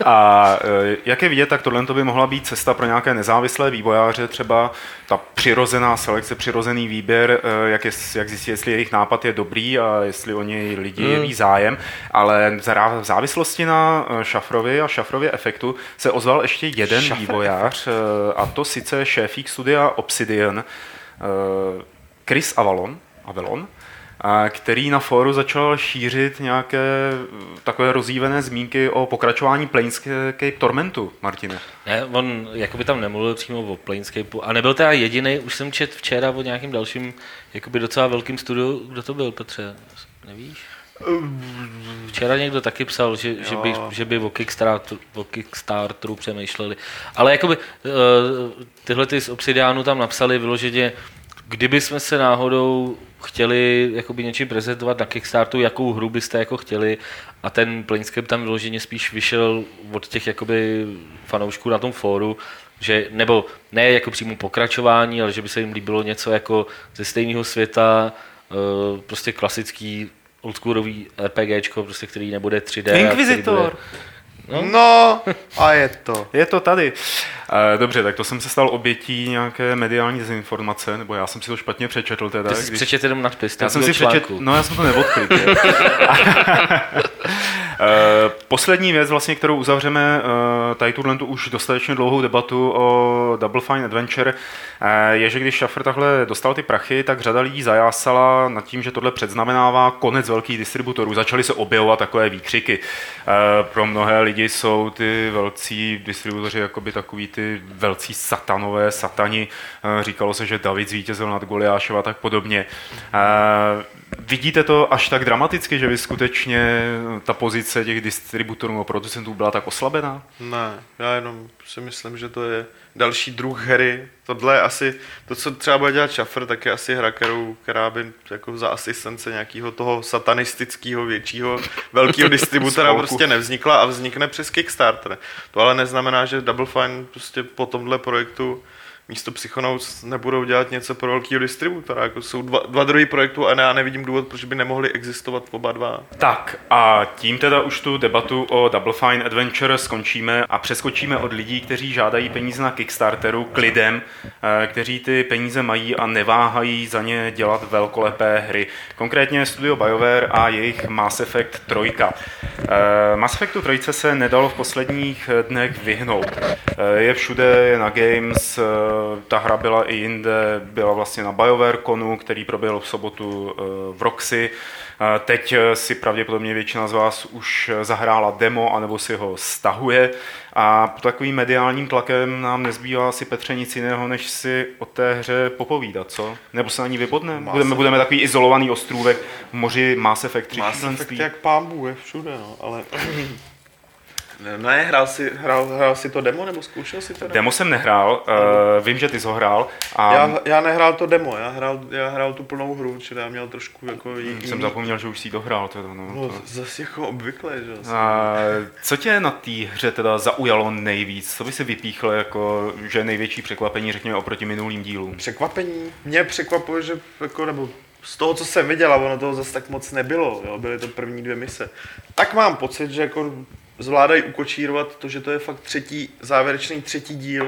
A jak je vidět, tak tohle by mohla být cesta pro nějaké nezávislé vývojáře, třeba ta přirozená selekce, přirozený výběr, jak, je, jak zjistit, jestli jejich nápad je dobrý a jestli o něj lidi hmm. jeví zájem. Ale v závislosti na Šafrovi a Šafrově efektu se ozval ještě jeden Šafr. vývojář, a to sice šéfík studia Obsidian, Chris Avalon, Avalon, který na fóru začal šířit nějaké takové rozjívené zmínky o pokračování Planescape Tormentu, Martine. Ne, on jakoby tam nemluvil přímo o Planescapeu a nebyl teda jediný, už jsem četl včera o nějakým dalším jakoby docela velkým studiu. Kdo to byl, Petře? Nevíš? Včera někdo taky psal, že, že, by, že by o Kickstarteru, o Kickstarteru přemýšleli. Ale jakoby tyhle ty z Obsidianu tam napsali vyloženě, kdyby jsme se náhodou chtěli jakoby něčím prezentovat na Kickstarteru, jakou hru byste jako chtěli, a ten Planescape tam vyloženě spíš vyšel od těch jakoby fanoušků na tom fóru, že, nebo ne jako přímo pokračování, ale že by se jim líbilo něco jako ze stejného světa, prostě klasický oldschoolový RPGčko, prostě, který nebude tři dé. Inquisitor! Bude... No. no a je to. Je to tady. Dobře, tak to jsem se stal obětí nějaké mediální dezinformace, nebo já jsem si to špatně přečetl teda. Ty jsi když... přečetl jenom nadpis. Já jsem si přečetl, no já jsem to neodkryl. Poslední věc, vlastně, kterou uzavřeme tady tuhle tu už dostatečně dlouhou debatu o Double Fine Adventure, je, že když Schaffer takhle dostal ty prachy, tak řada lidí zajásala nad tím, že tohle předznamenává konec velkých distributorů. Začaly se objevovat takové výkřiky. Pro mnohé lidi jsou ty velcí distributoři jakoby takový ty velcí satanové, satani. Říkalo se, že David zvítězil nad Goliášem a tak podobně. Vidíte to až tak dramaticky, že vy skutečně ta pozice těch distributorů a producentů byla tak oslabená? Ne, já jenom si myslím, že to je další druh hry. Tohle je asi, to, co třeba bude dělat Schaffer, tak je asi hra, kterou, která by jako za asistence nějakého toho satanistického, většího, velkého distributora prostě nevznikla a vznikne přes Kickstarter. To ale neznamená, že Double Fine prostě po tomhle projektu místo Psychonauts nebudou dělat něco pro velkého distributora. Jako jsou dva, dva druhy projektů a já nevidím důvod, proč by nemohli existovat oba dva. Tak a tím teda už tu debatu o Double Fine Adventure skončíme a přeskočíme od lidí, kteří žádají peníze na Kickstarteru k lidem, kteří ty peníze mají a neváhají za ně dělat velkolepé hry. Konkrétně studio BioWare a jejich Mass Effect tři. Mass Effectu tři se nedalo v posledních dnech vyhnout. Je všude, je na Games, ta hra byla i jinde, byla vlastně na BioWare Conu, který proběhl v sobotu v Roxy. Teď si pravděpodobně většina z vás už zahrála demo, anebo si ho stahuje. A pod takovým mediálním tlakem nám nezbývá asi, Petře, nic jiného, než si o té hře popovídat, co? Nebo se na ní vypodneme? Budeme, budeme takový izolovaný ostrůvek v moři Mass Effect tři. Mass Effect jak pámbu je všude, no, ale... Ne, hrál si, hrál, hrál si to demo, nebo zkoušel si to demo? Demo jsem nehrál, uh, vím, že ty jsi ho hrál. A... Já, já nehrál to demo, já hrál, já hrál tu plnou hru, čili já měl trošku jako jiný... Jsem zapomněl, že už si to hrál. Teda, no, no to... zase jako obvykle, že? A, co tě na té hře teda zaujalo nejvíc? Co by si vypíchl jako, že největší překvapení, řekněme, oproti minulým dílům? Překvapení? Mě překvapuje, že jako, nebo z toho, co jsem viděl, a ono toho zase tak moc nebylo, jo? Byly to první dvě mise. Tak mám pocit, že jako zvládají ukočírovat to, že to je fakt třetí, závěrečný třetí díl, uh,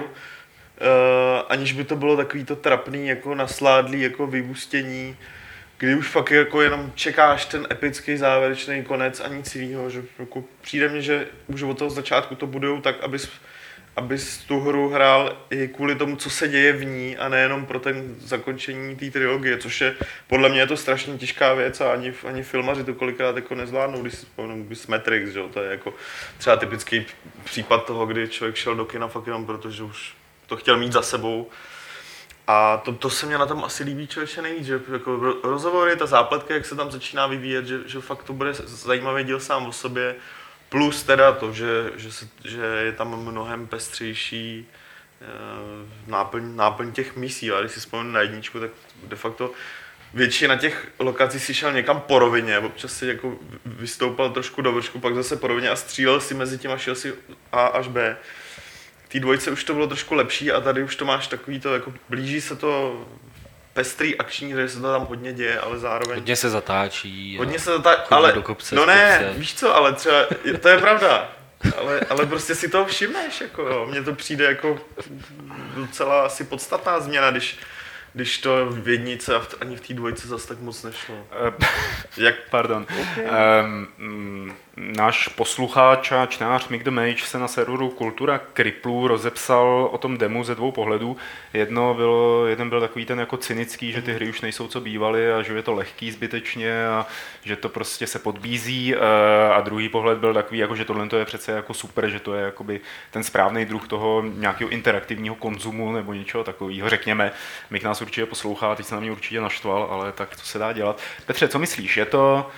aniž by to bylo takový to trapný, jako nasládlý, jako vyústění, kdy už fakt jako jenom čekáš ten epický závěrečný konec a nic jiného, že jako přijde mně, že už od toho začátku to budujou tak, abys, abys tu hru hrál i kvůli tomu, co se děje v ní a nejenom pro ten zakončení té trilogie, což je, podle mě je to strašně těžká věc a ani, ani filmaři to kolikrát jako nezvládnou, když si vzpomenu s Matrix, že? To je jako třeba typický případ toho, kdy člověk šel do kina fakt jenom protože už to chtěl mít za sebou. A to, to se mě na tom asi líbí člověče nejvíc, že jako rozhovory, ta zápletka, jak se tam začíná vyvíjet, že, že fakt to bude zajímavý díl sám o sobě, plus teda to, že, že, se, že je tam mnohem pestřejší e, náplň, náplň těch misí. A když si vzpomenu na jedničku, tak de facto většina těch lokací si šel někam po rovině, občas si jako vystoupal trošku do vršku, pak zase po rovině a střílel si mezi tím a šel si A až B. V té dvojce už to bylo trošku lepší a tady už to máš takový to, jako blíží se to pestrý akční, že se to tam hodně děje, ale zároveň... Hodně se zatáčí. Hodně se zatáčí, ale... Do kopce, no ne, kopce. Víš co, ale třeba, to je pravda, ale, ale prostě si toho všimneš, jako jo. Mně to přijde jako docela asi podstatná změna, když, když to v jednice a v, ani v té dvojce zase tak moc nešlo. Jak? Pardon. Okay. Um, náš posluchač a čtenář Mick the Mage se na serveru Kultura Kriplů rozepsal o tom demu ze dvou pohledů. Jedno bylo, jeden byl takový ten jako cynický, že ty hry už nejsou co bývaly a že je to lehký zbytečně a že to prostě se podbízí, a druhý pohled byl takový, jako, že tohle je přece jako super, že to je jakoby ten správný druh toho nějakého interaktivního konzumu nebo něčeho takového, řekněme. Mick nás určitě poslouchá, teď se na mě určitě naštval, ale tak to se dá dělat. Petře, co myslíš? Je to...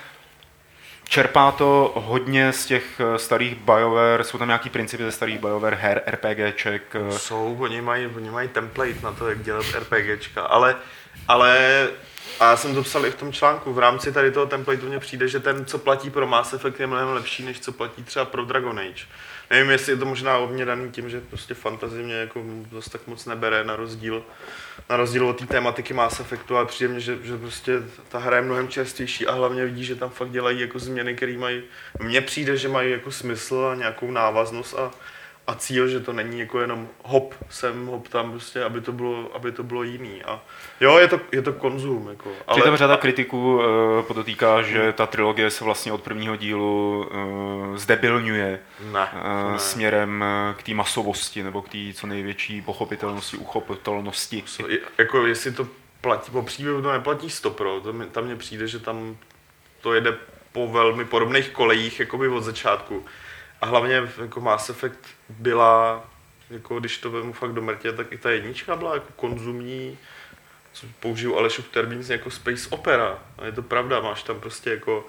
Čerpá to hodně z těch starých BioWare, jsou tam nějaký principy ze starých BioWare her, RPGček? Jsou, oni mají, oni mají template na to, jak dělat RPGčka, ale, ale a já jsem to psal i v tom článku, v rámci tady toho templateu mně přijde, že ten, co platí pro Mass Effect, je mnohem lepší, než co platí třeba pro Dragon Age. Nevím, jestli je to možná o mě daný tím, že prostě fantasy mě jako zase tak moc nebere na rozdíl, na rozdíl od té tématiky Mass Effectu, ale přijde mně, že, že prostě ta hra je mnohem čerstvější a hlavně vidí, že tam fakt dělají jako změny, které mají, mně přijde, že mají jako smysl a nějakou návaznost a, a cíl, že to není jako jenom hop sem, hop tam, prostě, aby to bylo, aby to bylo jiný. A jo, je to, je to konzum. Jako, ale... Přitom řada kritiků uh, podotýká, že ta trilogie se vlastně od prvního dílu uh, zdebilňuje ne, uh, ne. směrem k té masovosti nebo k té co největší pochopitelnosti, uchopitelnosti. Jako jestli to platí, po příběhu to neplatí stopro, to mi, tam mně přijde, že tam to jede po velmi podobných kolejích jakoby od začátku. A hlavně jako Mass Effect byla, jako když to vemu fakt do mrtě, tak i ta jednička byla jako konzumní, co použiju Alešův termín, jako space opera. A je to pravda, máš tam prostě jako,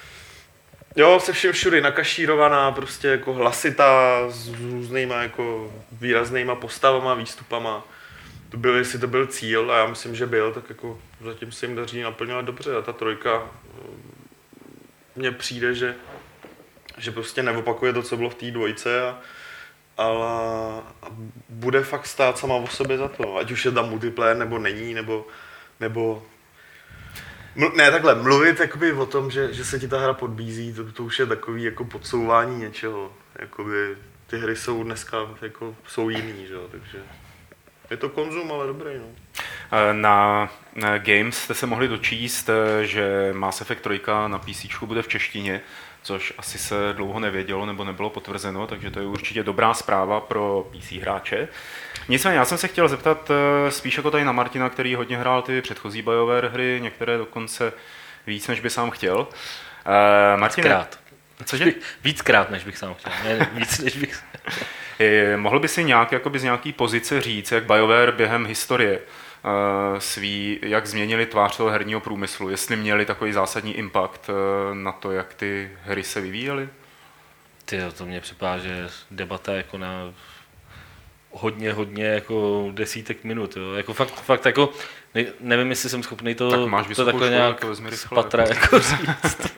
jo, se všem všudy nakašírovaná, prostě jako hlasitá, s různýma jako výraznýma postavama, výstupama. To byl, jestli to byl cíl, a já myslím, že byl, tak jako zatím se jim daří naplňovat dobře. A ta trojka, mně přijde, že že prostě neopakuje to, co bylo v té dvojce, a, ale a bude fakt stát sama o sobě za to. Ať už je tam multiplayer, nebo není, nebo, nebo ml, ne takhle, mluvit jakoby o tom, že, že se ti ta hra podbízí, to, to už je takový jako podsouvání něčeho. Jakoby ty hry jsou dneska jako, jsou jiný, že jo, takže je to konzum, ale dobrý, no. Na, na Games jste se mohli dočíst, že Mass Effect tři na PCčku bude v češtině, což asi se dlouho nevědělo nebo nebylo potvrzeno, takže to je určitě dobrá zpráva pro P C hráče. Nicméně já jsem se chtěl zeptat spíš jako tady na Martina, který hodně hrál ty předchozí BioWare hry, některé dokonce víc, než by sám chtěl. Uh, Martine, Víckrát. Cože? Víckrát, než bych sám chtěl. Ne, víc, než bych... Mohl by si nějak jakoby z nějaký pozice říct, jak BioWare během historie uh, svý, jak změnili tvář toho herního průmyslu, jestli měli takový zásadní impact uh, na to, jak ty hry se vyvíjely? Tyjo, to mě připadá, že debata jako na hodně, hodně jako desítek minut, jo. Jako fakt, fakt jako, ne, nevím, jestli jsem schopný to, tak máš to takhle školu, nějak to rychle, spatra jako říct.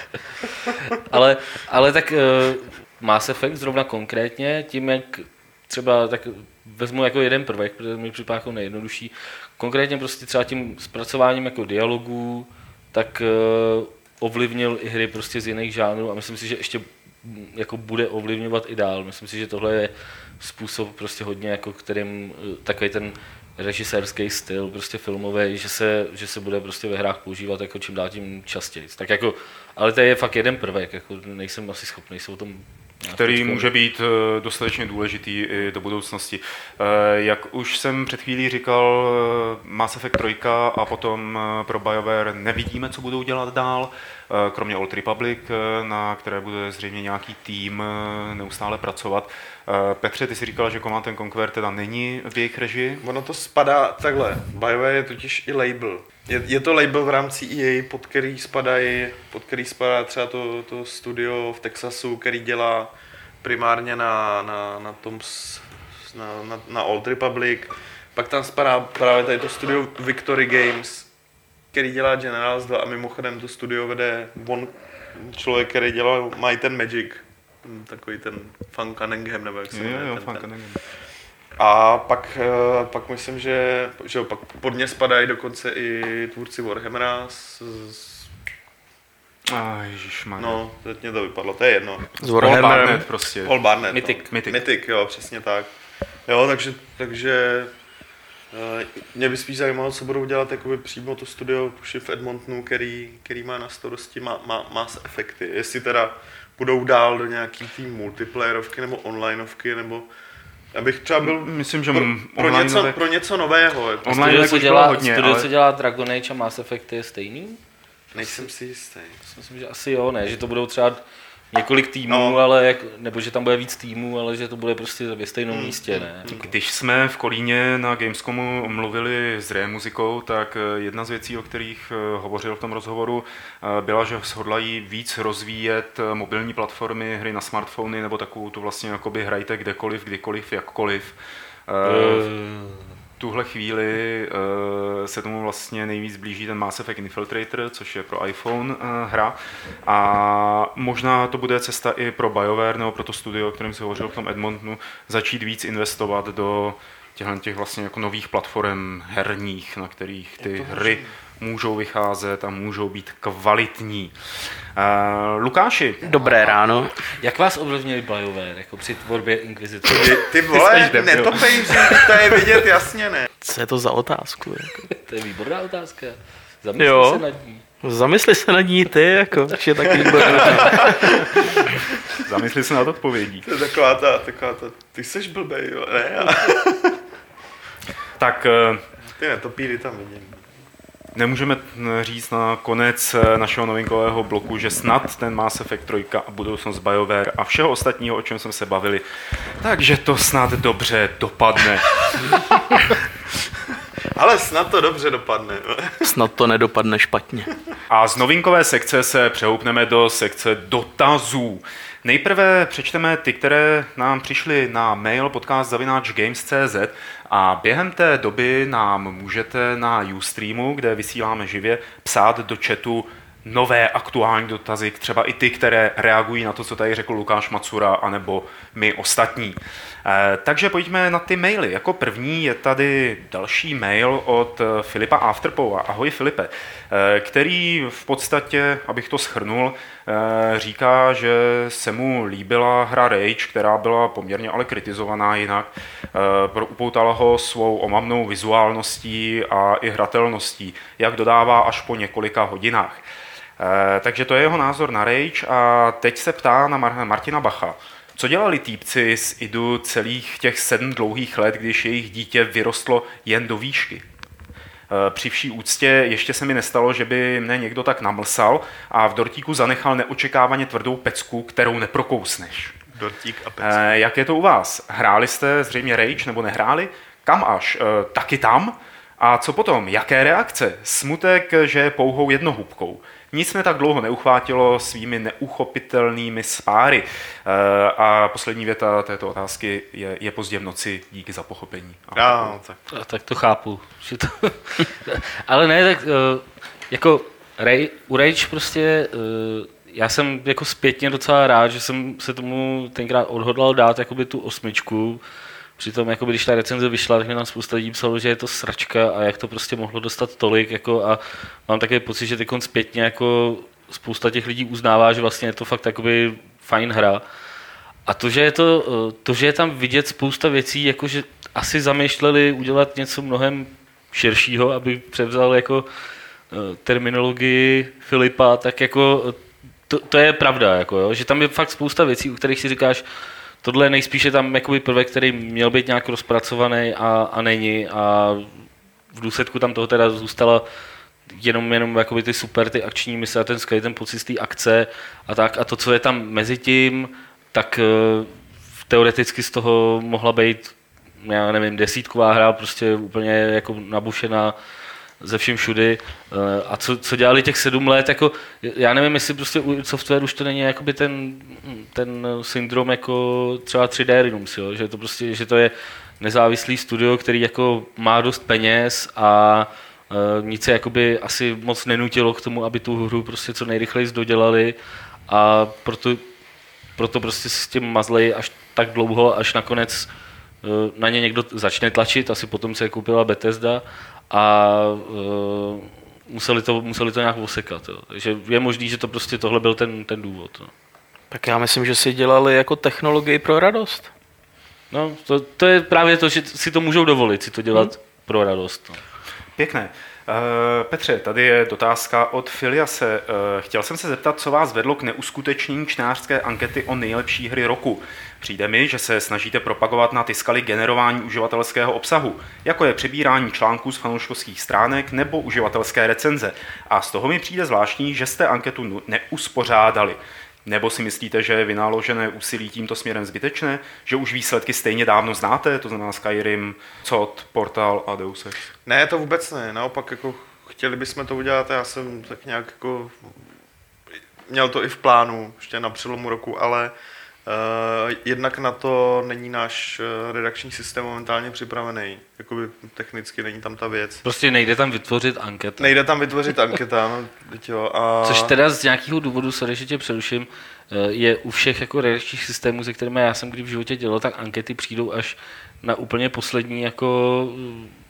ale, ale tak uh, Mass Effect zrovna konkrétně, tím jak třeba, tak vezmu jako jeden prvek, protože mi připadá jako nejjednodušší, konkrétně prostě třeba tím zpracováním jako dialogů, tak uh, ovlivnil i hry prostě z jiných žánrů a myslím si, že ještě jako bude ovlivňovat i dál. Myslím si, že tohle je způsob prostě hodně, jako kterým takový ten režisérský styl, prostě filmový, že se, že se bude prostě ve hrách používat jako čím dál tím častěji. Tak jako, ale to je fakt jeden prvek, jako nejsem asi schopný se o tom který počkat. Může být dostatečně důležitý i do budoucnosti. Jak už jsem před chvílí říkal, Mass Effect tři a potom pro BioWare nevidíme, co budou dělat dál, kromě Old Republic, na které bude zřejmě nějaký tým neustále pracovat. Petře, ty jsi říkal, že Command and Conquer teda není v jejich režii? Ono to spadá takhle. BioWare je totiž i label. Je, je to label v rámci E A, pod který spadají, pod který spadá třeba to, to studio v Texasu, který dělá primárně na, na, na tom na, na, na Old Republic. Pak tam spadá právě tady to studio Victory Games, který dělá Generals dva a mimochodem to studio vede on člověk, který dělal Might and Magic. Takový ten Van Cunningham, nebo jak se jmenuje. Jo, jo, Van Cunningham. A pak, pak myslím, že, že jo, pak pod ně spadají dokonce i tvůrci Warhammera z, z... Ah, ježišmarja. No, teď mě to vypadlo, to je jedno. Z Warhammerem prostě. Paul Barnett. Mythic. No. Mythic. Mythic, jo, přesně tak. Jo, takže, takže mě by spíš zajímalo, co budou dělat jakoby přímo to studio tuši v Edmontonu, který, který má na starosti má, má, Mass Effecty. Jestli teda budou dál do nějaký tým multiplayerovky nebo onlineovky, nebo já bych třeba byl myslím, že pro, pro, něco, pro něco nového. Jako. Studio, co dělá, hodně, studio ale... co dělá Dragon Age a Mass Effect, je stejný? Nejsem si jistý. Myslím, že asi jo, ne, že to budou třeba několik týmů, no. ale jak, nebo že tam bude víc týmů, ale že to bude prostě ve stejném hmm. místě, ne? Když jsme v Kolíně na Gamescomu mluvili s Re muzikou, tak jedna z věcí, o kterých hovořil v tom rozhovoru, byla, že hodlají víc rozvíjet mobilní platformy, hry na smartfony, nebo takovou tu vlastně jakoby hrajte kdekoliv, kdykoliv, jakkoliv. Uh. V tuhle chvíli uh, se tomu vlastně nejvíc blíží ten Mass Effect Infiltrator, což je pro iPhone uh, hra. A možná to bude cesta i pro BioWare nebo pro to studio, o kterém se hovořil v tom Edmontonu, začít víc investovat do těchto těch vlastně jako nových platform herních, na kterých ty hry můžou vycházet a můžou být kvalitní. Uh, Lukáši. Dobré ráno. Jak vás ovlivnili BioWare jako při tvorbě Inquisitor? Ty, ty vole, netopejři, to je vidět jasně, ne? Co je to za otázku? Jako? To je výborná otázka. Zamysli Jo. se nad ní. Zamysli se nad ní ty, jako, že je taky výborný. Zamysli se nad odpovědí. To je taková ta, taková ta, ty seš blbej, jo, ne? Tak uh, Ty netopíry tam vidím. nemůžeme říct na konec našeho novinkového bloku, že snad ten Mass Effect tři a budoucnost BioWare a všeho ostatního, o čem jsme se bavili, takže to snad dobře dopadne. Ale snad to dobře dopadne. Snad to nedopadne špatně. A z novinkové sekce se přehoupneme do sekce dotazů. Nejprve přečteme ty, které nám přišly na mail podcast zavináč games tečka cé zet a během té doby nám můžete na Ustreamu, kde vysíláme živě, psát do chatu nové aktuální dotazy, třeba i ty, které reagují na to, co tady řekl Lukáš Macura, anebo my ostatní. E, takže pojďme na ty maily. Jako první je tady další mail od Filipa Afterpowa. Ahoj Filipe, e, který v podstatě, abych to shrnul, e, říká, že se mu líbila hra Rage, která byla poměrně ale kritizovaná jinak. E, upoutala ho svou omamnou vizuálností a i hratelností, jak dodává až po několika hodinách. E, takže to je jeho názor na Rage a teď se ptá na Mar- Martina Bacha. Co dělali týpci z I D U celých těch sedm dlouhých let, když jejich dítě vyrostlo jen do výšky? E, při vší úctě ještě se mi nestalo, že by mne někdo tak namlsal a v dortíku zanechal neočekávaně tvrdou pecku, kterou neprokousneš. Dortík a pecka. E, jak je to u vás? Hráli jste zřejmě Rage nebo nehráli? Kam až? E, taky tam? A co potom? Jaké reakce? Smutek, že je pouhou jednohubkou. Nic mě tak dlouho neuchvátilo svými neuchopitelnými spáry. E, a poslední věta této otázky je, je pozdě v noci, díky za pochopení. Já, no, tak. A tak to chápu. Že to... Ale ne, tak jako Ray, u Rage prostě já jsem jako zpětně docela rád, že jsem se tomu tenkrát odhodlal dát jakoby tu osmičku. Přitom, jakoby, když ta recenze vyšla, tak mi nám spousta lidí psalo, že je to sračka a jak to prostě mohlo dostat tolik. Jako, a mám takový pocit, že teď zpětně jako spousta těch lidí uznává, že vlastně je to fakt jakoby fajn hra. A to, že je, to, to, že je tam vidět spousta věcí, jako že asi zamýšleli udělat něco mnohem širšího, aby převzal jako terminologii Filipa, tak jako to, to je pravda, jako, jo? Že tam je fakt spousta věcí, u kterých si říkáš, tohle nejspíše tam jakoby prvek, který měl být nějak rozpracovaný a, a není a v důsledku tam toho teda zůstala jenom, jenom jakoby ty super, ty akční mise a ten skvělý ten pocit z té akce a tak a to, co je tam mezi tím, tak uh, teoreticky z toho mohla být, já nevím, desítková hra, prostě úplně jako nabušená ze vším všudy. A co, co dělali těch sedm let, jako, já nevím, jestli prostě u software už to není jakoby ten, ten syndrom jako třeba tři dé Realms, jo? Že to prostě, že to je nezávislý studio, který jako má dost peněz a uh, nic se jakoby asi moc nenutilo k tomu, aby tu hru prostě co nejrychleji dodělali a proto, proto prostě s tím mazlej až tak dlouho, až nakonec uh, na ně někdo začne tlačit, asi potom se koupila Bethesda a uh, museli, to, museli to nějak osekat. Jo. Takže je možný, že to prostě tohle byl ten, ten důvod. No. Tak já myslím, že si dělali jako technologii pro radost. No, to, to je právě to, že si to můžou dovolit, si to dělat hmm. pro radost. No. Pěkné. Uh, Petře, tady je dotázka od Filiase. Uh, chtěl jsem se zeptat, co vás vedlo k neuskutečnění čtenářské ankety o nejlepší hry roku. Přijde mi, že se snažíte propagovat na Tiskali generování uživatelského obsahu, jako je přebírání článků z fanouškovských stránek nebo uživatelské recenze. A z toho mi přijde zvláštní, že jste anketu neuspořádali. Nebo si myslíte, že je vynaložené úsilí tímto směrem zbytečné, že už výsledky stejně dávno znáte, to znamená Skyrim, C O D, Portal a Deus Ex? Ne, to vůbec ne, naopak jako chtěli bychom to udělat, já jsem tak nějak jako měl to i v plánu, ještě na přelomu roku, ale uh, jednak na to není náš uh, redakční systém momentálně připravený, jakoby technicky není tam ta věc. Prostě nejde tam vytvořit anketa. Nejde tam vytvořit anketa, no, jo, a... Což teda z nějakého důvodu, sorry, že tě přeruším, je u všech jako redakčních systémů, se kterými já jsem kdy v životě dělal, tak ankety přijdou až na úplně poslední jako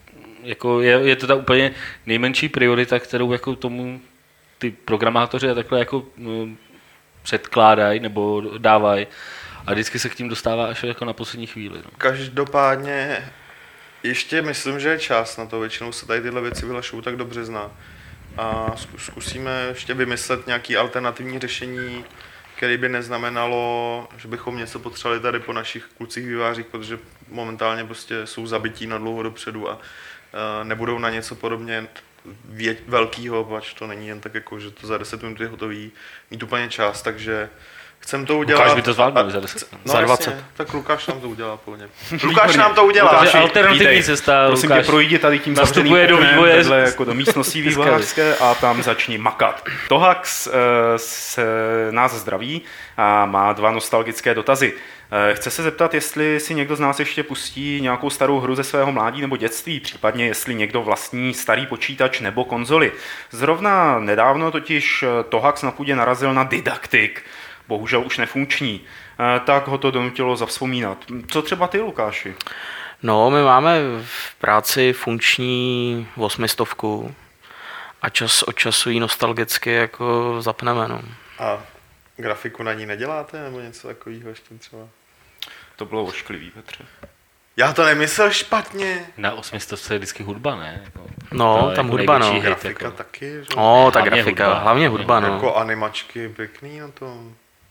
jako je, je to ta úplně nejmenší priorita, kterou jako tomu ty programátoři a takhle jako no, předkládají nebo dávají. A vždycky se k tím dostává až jako na poslední chvíli. No. Každopádně ještě myslím, že je čas na to, většinou se tady tyhle věci vyhlašují tak do března. A zkusíme ještě vymyslet nějaké alternativní řešení, které by neznamenalo, že bychom něco potřebovali tady po našich klucích vývářích, protože momentálně prostě jsou zabití na dlouho dopředu a nebudou na něco podobně vě- velkýho, pač to není jen tak jako, že to za deset minut je hotový, mít úplně čas, takže chcem to udělat. Lukáš by to zvládnul za deset. No, za dvacet. Jasně, tak Lukáš nám to udělá plně. Lukáš nám to udělá. Lukáš, alternativní cesta, prosím Lukáš tě, projdi tady tím nastupuje do vývoje vedle, jako do místností vývojářské a tam začni makat. Tohax se nás zdraví a má dva nostalgické dotazy. Chce se zeptat, jestli si někdo z nás ještě pustí nějakou starou hru ze svého mládí nebo dětství, případně jestli někdo vlastní starý počítač nebo konzoli. Zrovna nedávno totiž Tohax na půdě narazil na Didaktik, bohužel už nefunkční, tak ho to donutilo zavzpomínat. Co třeba ty, Lukáši? No, my máme v práci funkční osmistovku a čas od času ji nostalgicky jako zapneme. No. A grafiku na ní neděláte nebo něco takového ještě třeba? To bylo ošklivý, Petře. Já to nemyslel špatně. Na osmistovce je vždycky hudba, ne? Jako, No, tam jako hudba, no. největší hit, Grafika jako. taky, že? No, ta Hlavně grafika, hudba. hlavně hudba, no. Jako animačky pěkný na tom.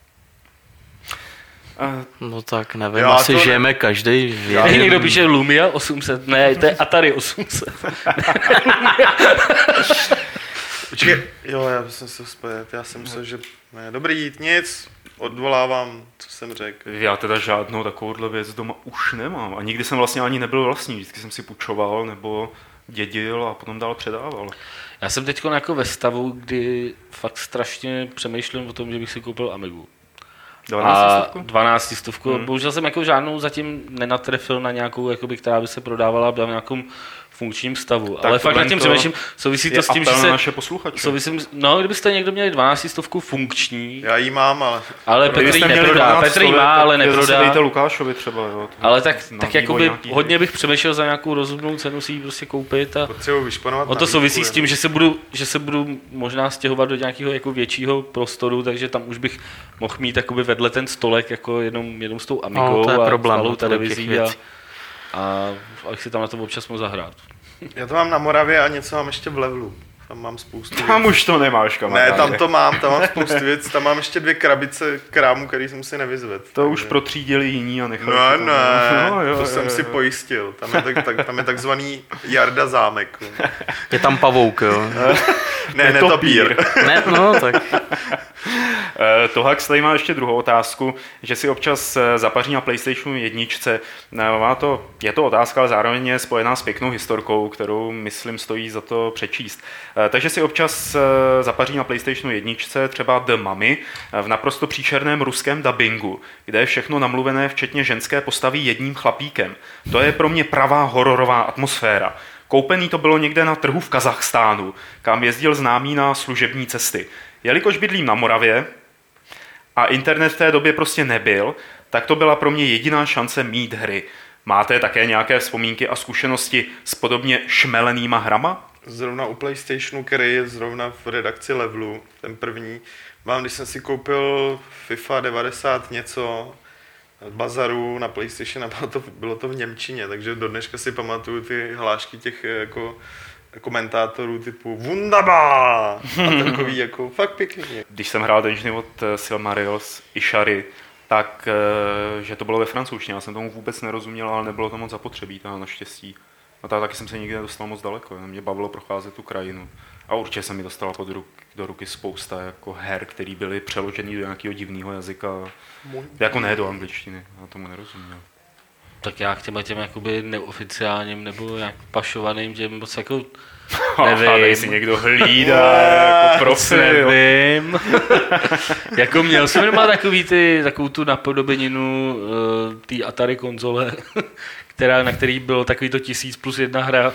No tak nevím, Já asi to ne- žijeme každý v Tady jiném- někdo píše Lumia osm set, ne, to je Atari osm set. Počkej, jo, já jsem se spět, já jsem myslel, že ne, dobrý, nic, odvolávám, co jsem řekl. Já teda žádnou takovouhle věc doma už nemám a nikdy jsem vlastně ani nebyl vlastní, vždycky jsem si půjčoval nebo dědil a potom dál předával. Já jsem teď jako ve stavu, kdy fakt strašně přemýšlím o tom, že bych si koupil Amigu. A dvanáct stovku. Hmm. Bohužel jsem jako žádnou zatím nenatrefil na nějakou, jakoby, která by se prodávala v nějakém funkčním stavu. Tak ale fakt nad tím přemýšlím, souvisí to s tím, že se... naše posluchače. Souvisím, no, kdybyste někdo měli dvanáct stovku funkční, Já jí mám, ale... ale Petr ji neprodá. Petr ji má, ale neprodá. Dejte Lukášovi třeba, jo. Ale tak, tak jakoby hodně bych přemýšlel za nějakou rozumnou cenu si ji prostě koupit. A potřebuji vyšponovat. o to souvisí s tím, že se budu, že se budu možná stěhovat do nějakého jako většího prostoru, takže tam už bych mohl mít jakoby vedle ten stolek jako jenom, jenom s tou Amigou no, a problém, s malou no, televizí a, a, a si tam na to občas mohl zahrát. Já to mám na Moravě a něco mám ještě v Levelu. Tam mám spoustu věcí. Tam už to nemáš, kamaráde. Ne, tam to mám, tam mám spoustu věcí, tam mám ještě dvě krabice krámu, který jsem si nevyzvedl. To takže... už protřídili jiní a nechali. No, ne, no, jo, to jo, jsem jo. si pojistil. Tam je, tak, tak, tam je takzvaný Jarda zámek. Je tam pavouk, jo. Ne, ne, topír. Ne, no, tak. Tohax tady má ještě druhou otázku, že si občas zapaří na PlayStationu jedničce. Má to, je to otázka, ale zároveň je spojená s pěknou historkou, kterou myslím stojí za to přečíst. Takže si občas zapaří na PlayStationu jedničce třeba The Mummy v naprosto příšerném ruském dabingu, kde je všechno namluvené včetně ženské postavy jedním chlapíkem. To je pro mě pravá hororová atmosféra. Koupený to bylo někde na trhu v Kazachstánu, kam jezdil známý na služební cesty. Jelikož bydlím na Moravě a internet v té době prostě nebyl, tak to byla pro mě jediná šance mít hry. Máte také nějaké vzpomínky a zkušenosti s podobně šmelenýma hrama? Zrovna u PlayStationu, který je zrovna v redakci Levelu, ten první, mám, když jsem si koupil FIFA devadesát něco z bazaru na PlayStation a bylo to, bylo to v němčině, takže do dneška si pamatuju ty hlášky těch jako komentátorů typu Wunderbar a takový jako fakt pěkný. Když jsem hrál ten od Silmarils i Shari, tak že to bylo ve francouzštině, já jsem tomu vůbec nerozuměl, ale nebylo to moc zapotřebí, teda naštěstí. A tak taky jsem se nikdy nedostal moc daleko, jenom mě bavilo procházet tu krajinu. A určitě se mi dostala pod ruk, do ruky spousta jako her, které byly přeložené do nějakého divného jazyka, jako ne do angličtiny, já tomu nerozuměl. Tak já k těm těm jakoby neoficiálním nebo jak pašovaným těm moc jako nevím. A tady si někdo hlídá, jako profil. Nevím. Jako měl jsem doma takový ty, takovou tu napodobeninu uh, té Atari konzole, která, na který bylo takový to tisíc plus jedna hra,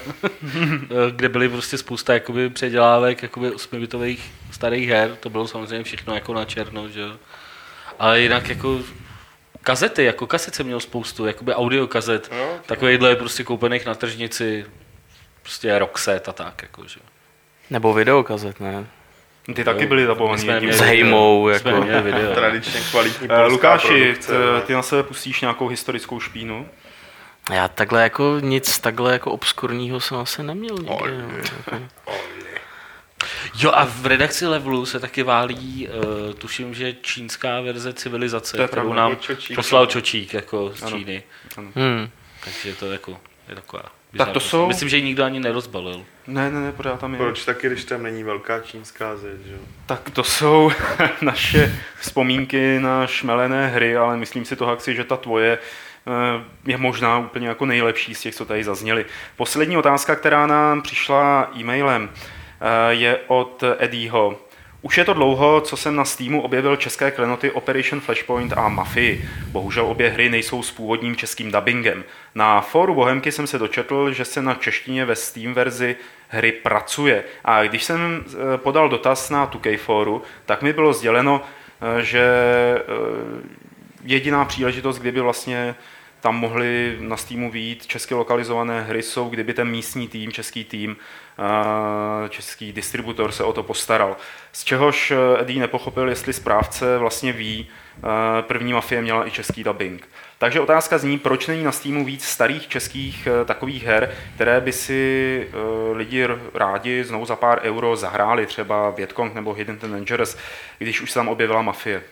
kde byly prostě spousta jakoby předělávek, jakoby osmibitových starých her, to bylo samozřejmě všechno jako na černo, že jo. Ale jinak jako kazety, jako kaset jsem měl spoustu, jakoby audiokazet, takovýhle prostě koupených na tržnici, prostě rockset a tak, jako, že. Nebo videokazet, ne? Ty taky byly zabovaný. S hejmou, Jsme jako. měli video. Tradičně kvalitní Uh, polská Lukáši, produkce. t- ty na sebe pustíš nějakou historickou špínu? Já takhle jako nic takhle jako obskurního jsem asi neměl nikdy. No. Jako. Jo a v redakci Levelu se taky válí, uh, tuším, že čínská verze Civilizace, To je kterou pravda, nám Čočík. poslal Čočík jako z Ano. Číny. Hmm. Takže to jako, je taková Tak to bizarnost. jsou- Myslím, že ji nikdo ani nerozbalil. Ne, ne, ne, pořád tam je. Proč taky, když tam není velká čínská zeď, že jo? Tak to jsou naše vzpomínky na šmelené hry, ale myslím si to, Haxi, že ta tvoje eh, je možná úplně jako nejlepší z těch, co tady zazněly. Poslední otázka, která nám přišla e-mailem, eh, je od Eddieho. Už je to dlouho, co jsem na Steamu objevil české klenoty Operation Flashpoint a Mafii. Bohužel obě hry nejsou s původním českým dubbingem. Na fóru Bohemky jsem se dočetl, že se na češtině ve Steam verzi hry pracuje. A když jsem eh, podal dotaz na two K fóru, tak mi bylo sděleno, eh, že eh, jediná příležitost, kdyby vlastně tam mohly na Steamu vyjít česky lokalizované hry, jsou, kdyby ten místní tým, český tým, eh, český distributor se o to postaral. Z čehož Eddie nepochopil, jestli správce vlastně ví, eh, první Mafie měla i český dubbing. Takže otázka zní, proč není na Steamu víc starých českých eh, takových her, které by si eh, lidi r- rádi znovu za pár euro zahráli, třeba Vietcong nebo Hidden Dangerous, když už se tam objevila Mafie.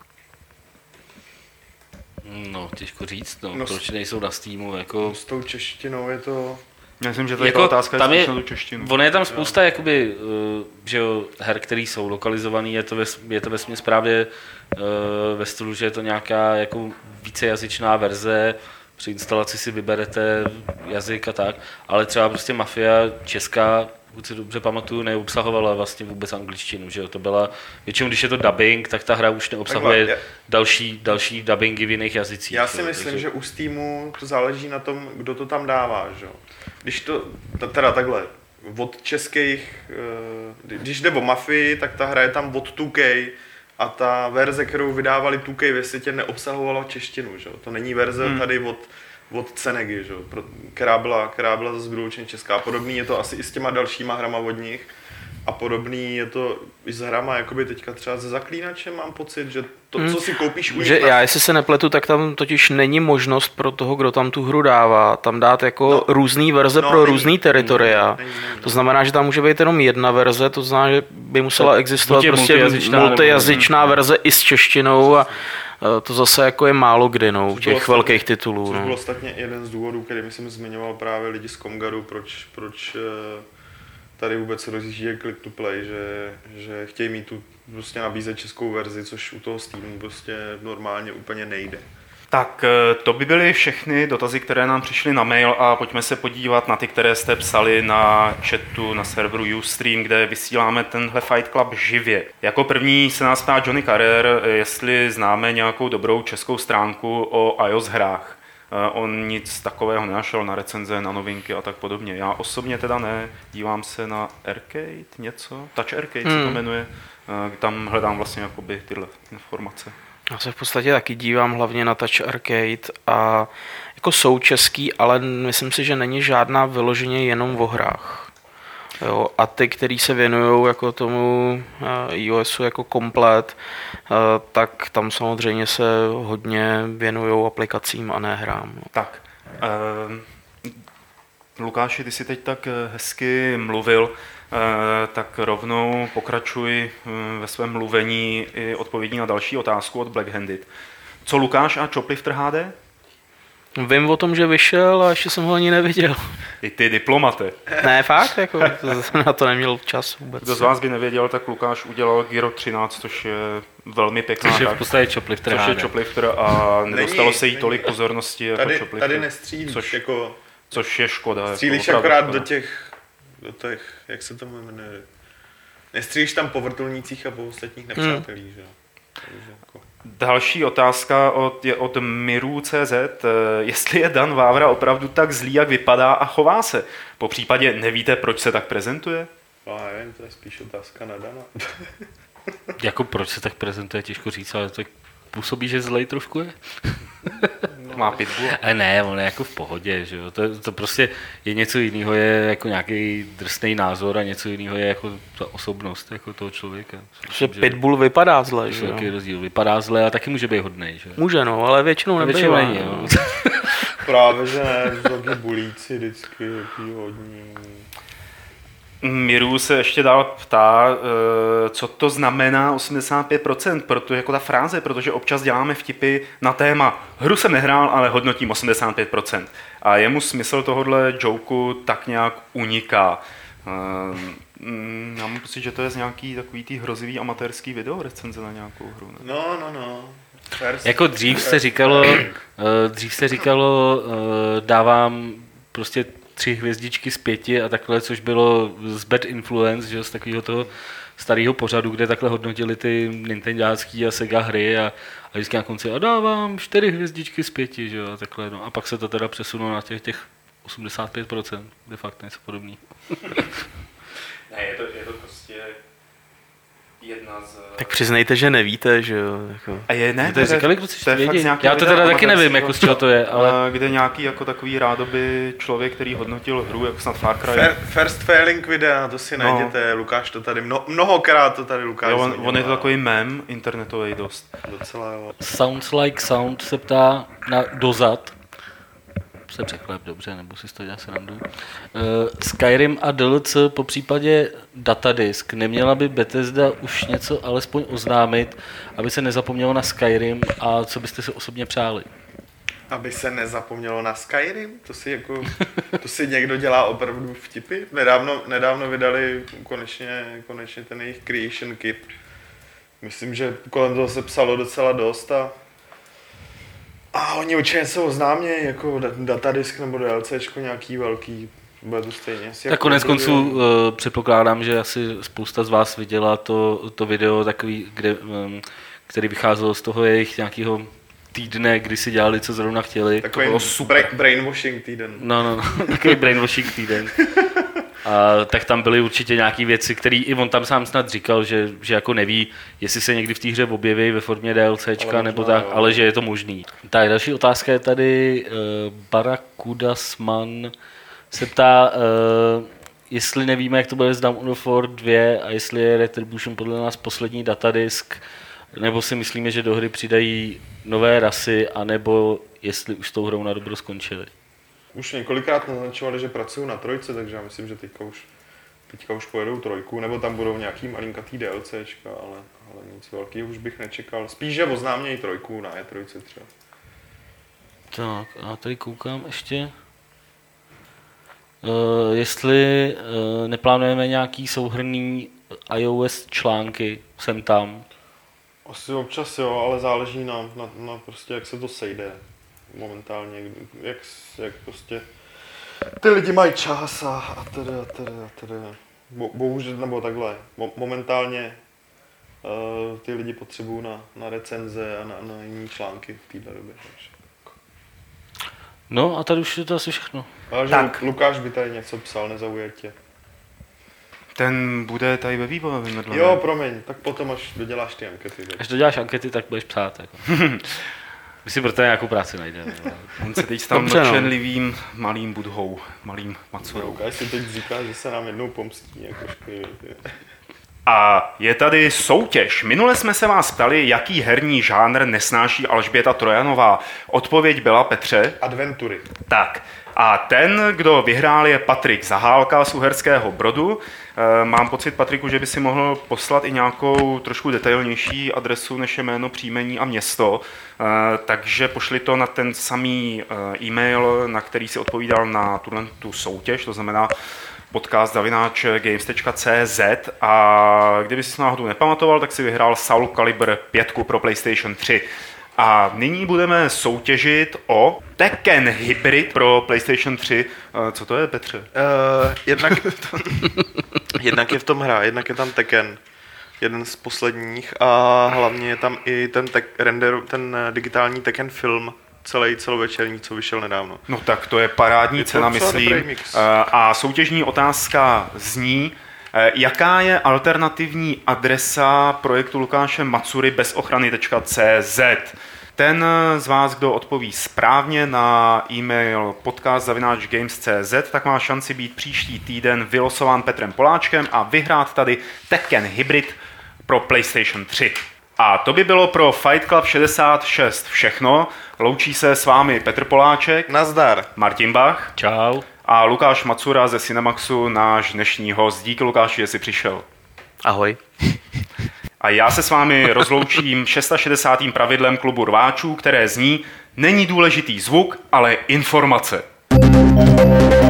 No, těžko říct, no, No, no proč nejsou na Steamu, jako... S tou češtinou je to... Já myslím, že to je Jako, ta otázka, tam je je, spíš na tu češtinu. ono je tam spousta jakoby, uh, že jo, her, které jsou lokalizované, je to, ves, je to vesměs právě uh, ve stylu, že je to nějaká jako vícejazyčná verze, při instalaci si vyberete jazyk a tak, ale třeba prostě Mafia česká, pokud si dobře pamatuju, neobsahovala vlastně vůbec angličtinu, že jo, to byla, většinou když je to dubbing, tak ta hra už neobsahuje Takhle, já- další, další dubbingy v jiných jazycích. Já si jo, myslím, takže- že u Steamu to záleží na tom, kdo to tam dává, že jo. Když to, t- teda takhle, od českých, eh, když jde o Mafii, tak ta hra je tam od two K a ta verze, kterou vydávali two K ve světě, neobsahovala češtinu, že jo. To není verze Hmm. tady od, od Cenegy, že jo, pro- která byla, která byla zase vyloučeně česká. Podobný je to asi i s těma dalšíma hrama od nich. A podobný je to i s hrama, jakoby teďka třeba se Zaklínačem mám pocit, že to, Hmm. co si koupíš u nich Že na- já, jestli se nepletu, tak tam totiž není možnost pro toho, kdo tam tu hru dává, tam dát jako No. různý verze No, pro není. různý teritoria. Není, není, není. To znamená, že tam může být jenom jedna verze, to znamená, že by musela Tak existovat buď je prostě multijazyčná, nebo- multijazyčná verze i s češtinou a eh, to zase jako je málo kdy no, u Což bylo těch ostatně- velkých titulů. Což byl No. ostatně jeden z důvodů, který myslím zmiňoval právě lidi z Komgaru, proč, proč eh, tady vůbec rozjíždí Click to Play, že, že chtějí mít tu prostě nabízet českou verzi, což u toho Steamu prostě normálně úplně nejde. Tak eh, to by byly všechny dotazy, které nám přišly na mail a pojďme se podívat na ty, které jste psali na chatu na serveru Ustream, kde vysíláme tenhle Fight Club živě. Jako první se nás ptá Johnny Carrer, jestli známe nějakou dobrou českou stránku o iOS hrách. Eh, On nic takového nenašel na recenze, na novinky a tak podobně. Já osobně teda ne, dívám se na Arcade něco, Touch Arcade se to Hmm. jmenuje, Eh, tam hledám vlastně jakoby tyhle informace. Já se v podstatě taky dívám hlavně na Touch Arcade a jako jsou český, ale myslím si, že není žádná vyloženě jenom o hrách. Jo, a ty, který se věnují jako tomu eh, iOSu jako komplet, eh, tak tam samozřejmě se hodně věnují aplikacím a ne hrám. No. Tak, eh, Lukáši, ty jsi teď tak eh, hezky mluvil, eh, tak rovnou pokračuj eh, ve svém mluvení i odpovědí na další otázku od Black Handed. Co Lukáš a Choplifter H D? Vím o tom, že vyšel a ještě jsem ho ani neviděl. I ty diplomate. Ne, fakt, jako, to jsem na to neměl čas vůbec. Kdo z vás by nevěděl, tak Lukáš udělal Giro třináct, což je velmi pěkná Což je v hra, podstatě Choplifter což je H D. Choplifter a nedostalo se jí není. tolik pozornosti jako Tady, Choplifter, tady nestřílíš, což, jako, což je škoda. střílíš jako opravdu akorát škoda. do těch, do těch, jak se to jmenuje, nestřílíš tam po vrtulnících a po ostatních nepřátelích, že jo. Takže jako... Další otázka od, je od Miru tečka cé zet. Jestli je Dan Vávra opravdu tak zlý, jak vypadá a chová se? Po případě nevíte, proč se tak prezentuje? No, nevím, to je spíš otázka na Dana. Jako proč se tak prezentuje, těžko říct, ale tak působí, že zlej trošku je. No, Jak má pitbull? A ne, on je jako v pohodě, že jo. To, to prostě je něco jiného, je jako nějaký drsný názor a něco jiného je jako ta osobnost jako toho člověka. Že pitbull vypadá zle, že jo. Jaký rozdíl. Vypadá zle a taky může být hodnej, že jo. Může, no, ale většinou Většinou nebývá. není, jo. Právě, že ne, taky bulíci vždycky, jaký hodní. Miru se ještě dál ptá, co to znamená osmdesát pět procent, protože jako ta fráze, protože občas děláme vtipy na téma hru jsem nehrál, ale hodnotím osmdesát pět procent. A jemu smysl tohohle joku tak nějak uniká. Já mám pocit, že to je z nějaký takový tý hrozivý amatérský video recenze na nějakou hru. Ne? No, no, no. First, Jako dřív se říkalo, dřív se říkalo, dávám prostě tři hvězdičky z pěti a takhle, což bylo z Bad Influence, že, z takového toho starého pořadu, kde takhle hodnotili ty nintendácký a Sega hry a, a vždycky na konci a dávám čtyři hvězdičky z pěti, že, a takhle, no. A pak se to teda přesunulo na těch, těch osmdesát pět procent, de facto něco podobný. Ne, je to, je to prostě jedna z... Tak přiznejte, že nevíte, že jo. Jako. A je, ne, To je říkali, kluci, to je vědí. fakt z nějakého Já to videa teda taky nevím, amatérského, jako z čeho to je, ale... Kde nějaký jako takový rádoby člověk, který hodnotil hru, jako snad Far Cry. Fair, first failing videa, to si No. najděte, Lukáš to tady, mno, mnohokrát to tady Lukáš Jo, on, zmiňoval. on je to takový mem internetový dost. Docela jo. Sounds like sound se ptá na dozad. Se překlep, dobře, nebo si to dělá srandu. Uh, Skyrim a D L C, po případě datadisk. Neměla by Bethesda už něco alespoň oznámit, aby se nezapomnělo na Skyrim a co byste si osobně přáli? Aby se nezapomnělo na Skyrim, to si jako, to si někdo dělá opravdu vtipy. Nedávno, nedávno vydali konečně, konečně ten jejich Creation Kit. Myslím, že kolem toho se psalo docela dost a A oni určitě něco oznámě, jako datadisk nebo DLCčko nějaký velký, bude to stejně. Tak konec konců uh, předpokládám, že asi spousta z vás viděla to, to video takový, kde, um, který vycházelo z toho jejich nějakého týdne, kdy si dělali, co zrovna chtěli. Takový bra- brainwashing týden. No, no, no, takový brainwashing týden. A tak tam byly určitě nějaké věci, které i on tam sám snad říkal, že, že jako neví, jestli se někdy v té hře objeví ve formě DLCčka ale nebo možná, tak, jo. ale že je to možný. Tak další otázka je tady, uh, Barakudasman se ptá, uh, jestli nevíme, jak to bude s Dawn of War dva a jestli je Retribution podle nás poslední datadisk, nebo si myslíme, že do hry přidají nové rasy, anebo jestli už s tou hrou na dobro skončili. Už několikrát naznačovali, že pracují na trojce, takže já myslím, že teďka už, teďka už pojedou trojku, nebo tam budou nějaký malinkatý DLCčka, ale, ale nic velkého už bych nečekal. Spíš, že oznámějí trojku na E tři třeba. Tak, a tady koukám ještě, uh, jestli uh, neplánujeme nějaký souhrnný iOS články sem tam. Asi občas jo, ale záleží na, na, na prostě, jak se to sejde momentálně, jak, jak prostě ty lidi mají čas a, a teda, teda, teda, bo, bohužel, nebo takhle, Mo, momentálně uh, ty lidi potřebují na, na recenze a na, na jiné články v této době. Takže. No a tady už je to asi všechno. Ale že Tak. Lukáš by tady něco psal, nezaujatě. Ten bude tady ve vývoji vymedlený. Jo, promiň, tak potom až doděláš ty ankety. Tak. Až doděláš ankety, tak budeš psát. Jako. My si pro to nějakou práci najdeme. On se teď tam Dobře, no. mlčenlivým malým budhou, malým macurou. Lukáš si teď říká, že se nám jednou pomstí, jako školy. A je tady soutěž. Minule jsme se vás ptali, jaký herní žánr nesnáší Alžběta Trojanová. Odpověď byla, Petře. Adventury. Tak. A ten, kdo vyhrál, je Patrik Zahálka z Uherského Brodu. E, mám pocit, Patriku, že by si mohl poslat i nějakou trošku detailnější adresu než je jméno, příjmení a město. E, takže pošli to na ten samý e-mail, na který si odpovídal na tuhle tu soutěž, to znamená podcast zavináč games tečka cé zet, a kdyby si náhodou nepamatoval, tak si vyhrál Soul Calibur pět pro PlayStation tři. A nyní budeme soutěžit o Tekken Hybrid pro PlayStation tři. Co to je, Petře? Uh, jednak, jednak je v tom hra, jednak je tam Tekken, jeden z posledních, a hlavně je tam i ten, tek, render, ten digitální Tekken film, celý celovečerní, co vyšel nedávno. No tak to je parádní Je to cena, docela myslím. dobrý mix. A soutěžní otázka zní, jaká je alternativní adresa projektu Lukáše Macury bezochrany tečka cé zet? Ten z vás, kdo odpoví správně na e-mail podcast zavináč games tečka cé zet, tak má šanci být příští týden vylosován Petrem Poláčkem a vyhrát tady Tekken Hybrid pro PlayStation tři. A to by bylo pro Fight Club šedesát šest všechno. Loučí se s vámi Petr Poláček, Nazdar. Martin Bach. Čau. A Lukáš Macura ze Cinemaxu, náš dnešní host. Díky, Lukáši, že jsi přišel. Ahoj. A já se s vámi rozloučím šedesátým šestým pravidlem klubu rváčů, které zní: není důležitý zvuk, ale informace.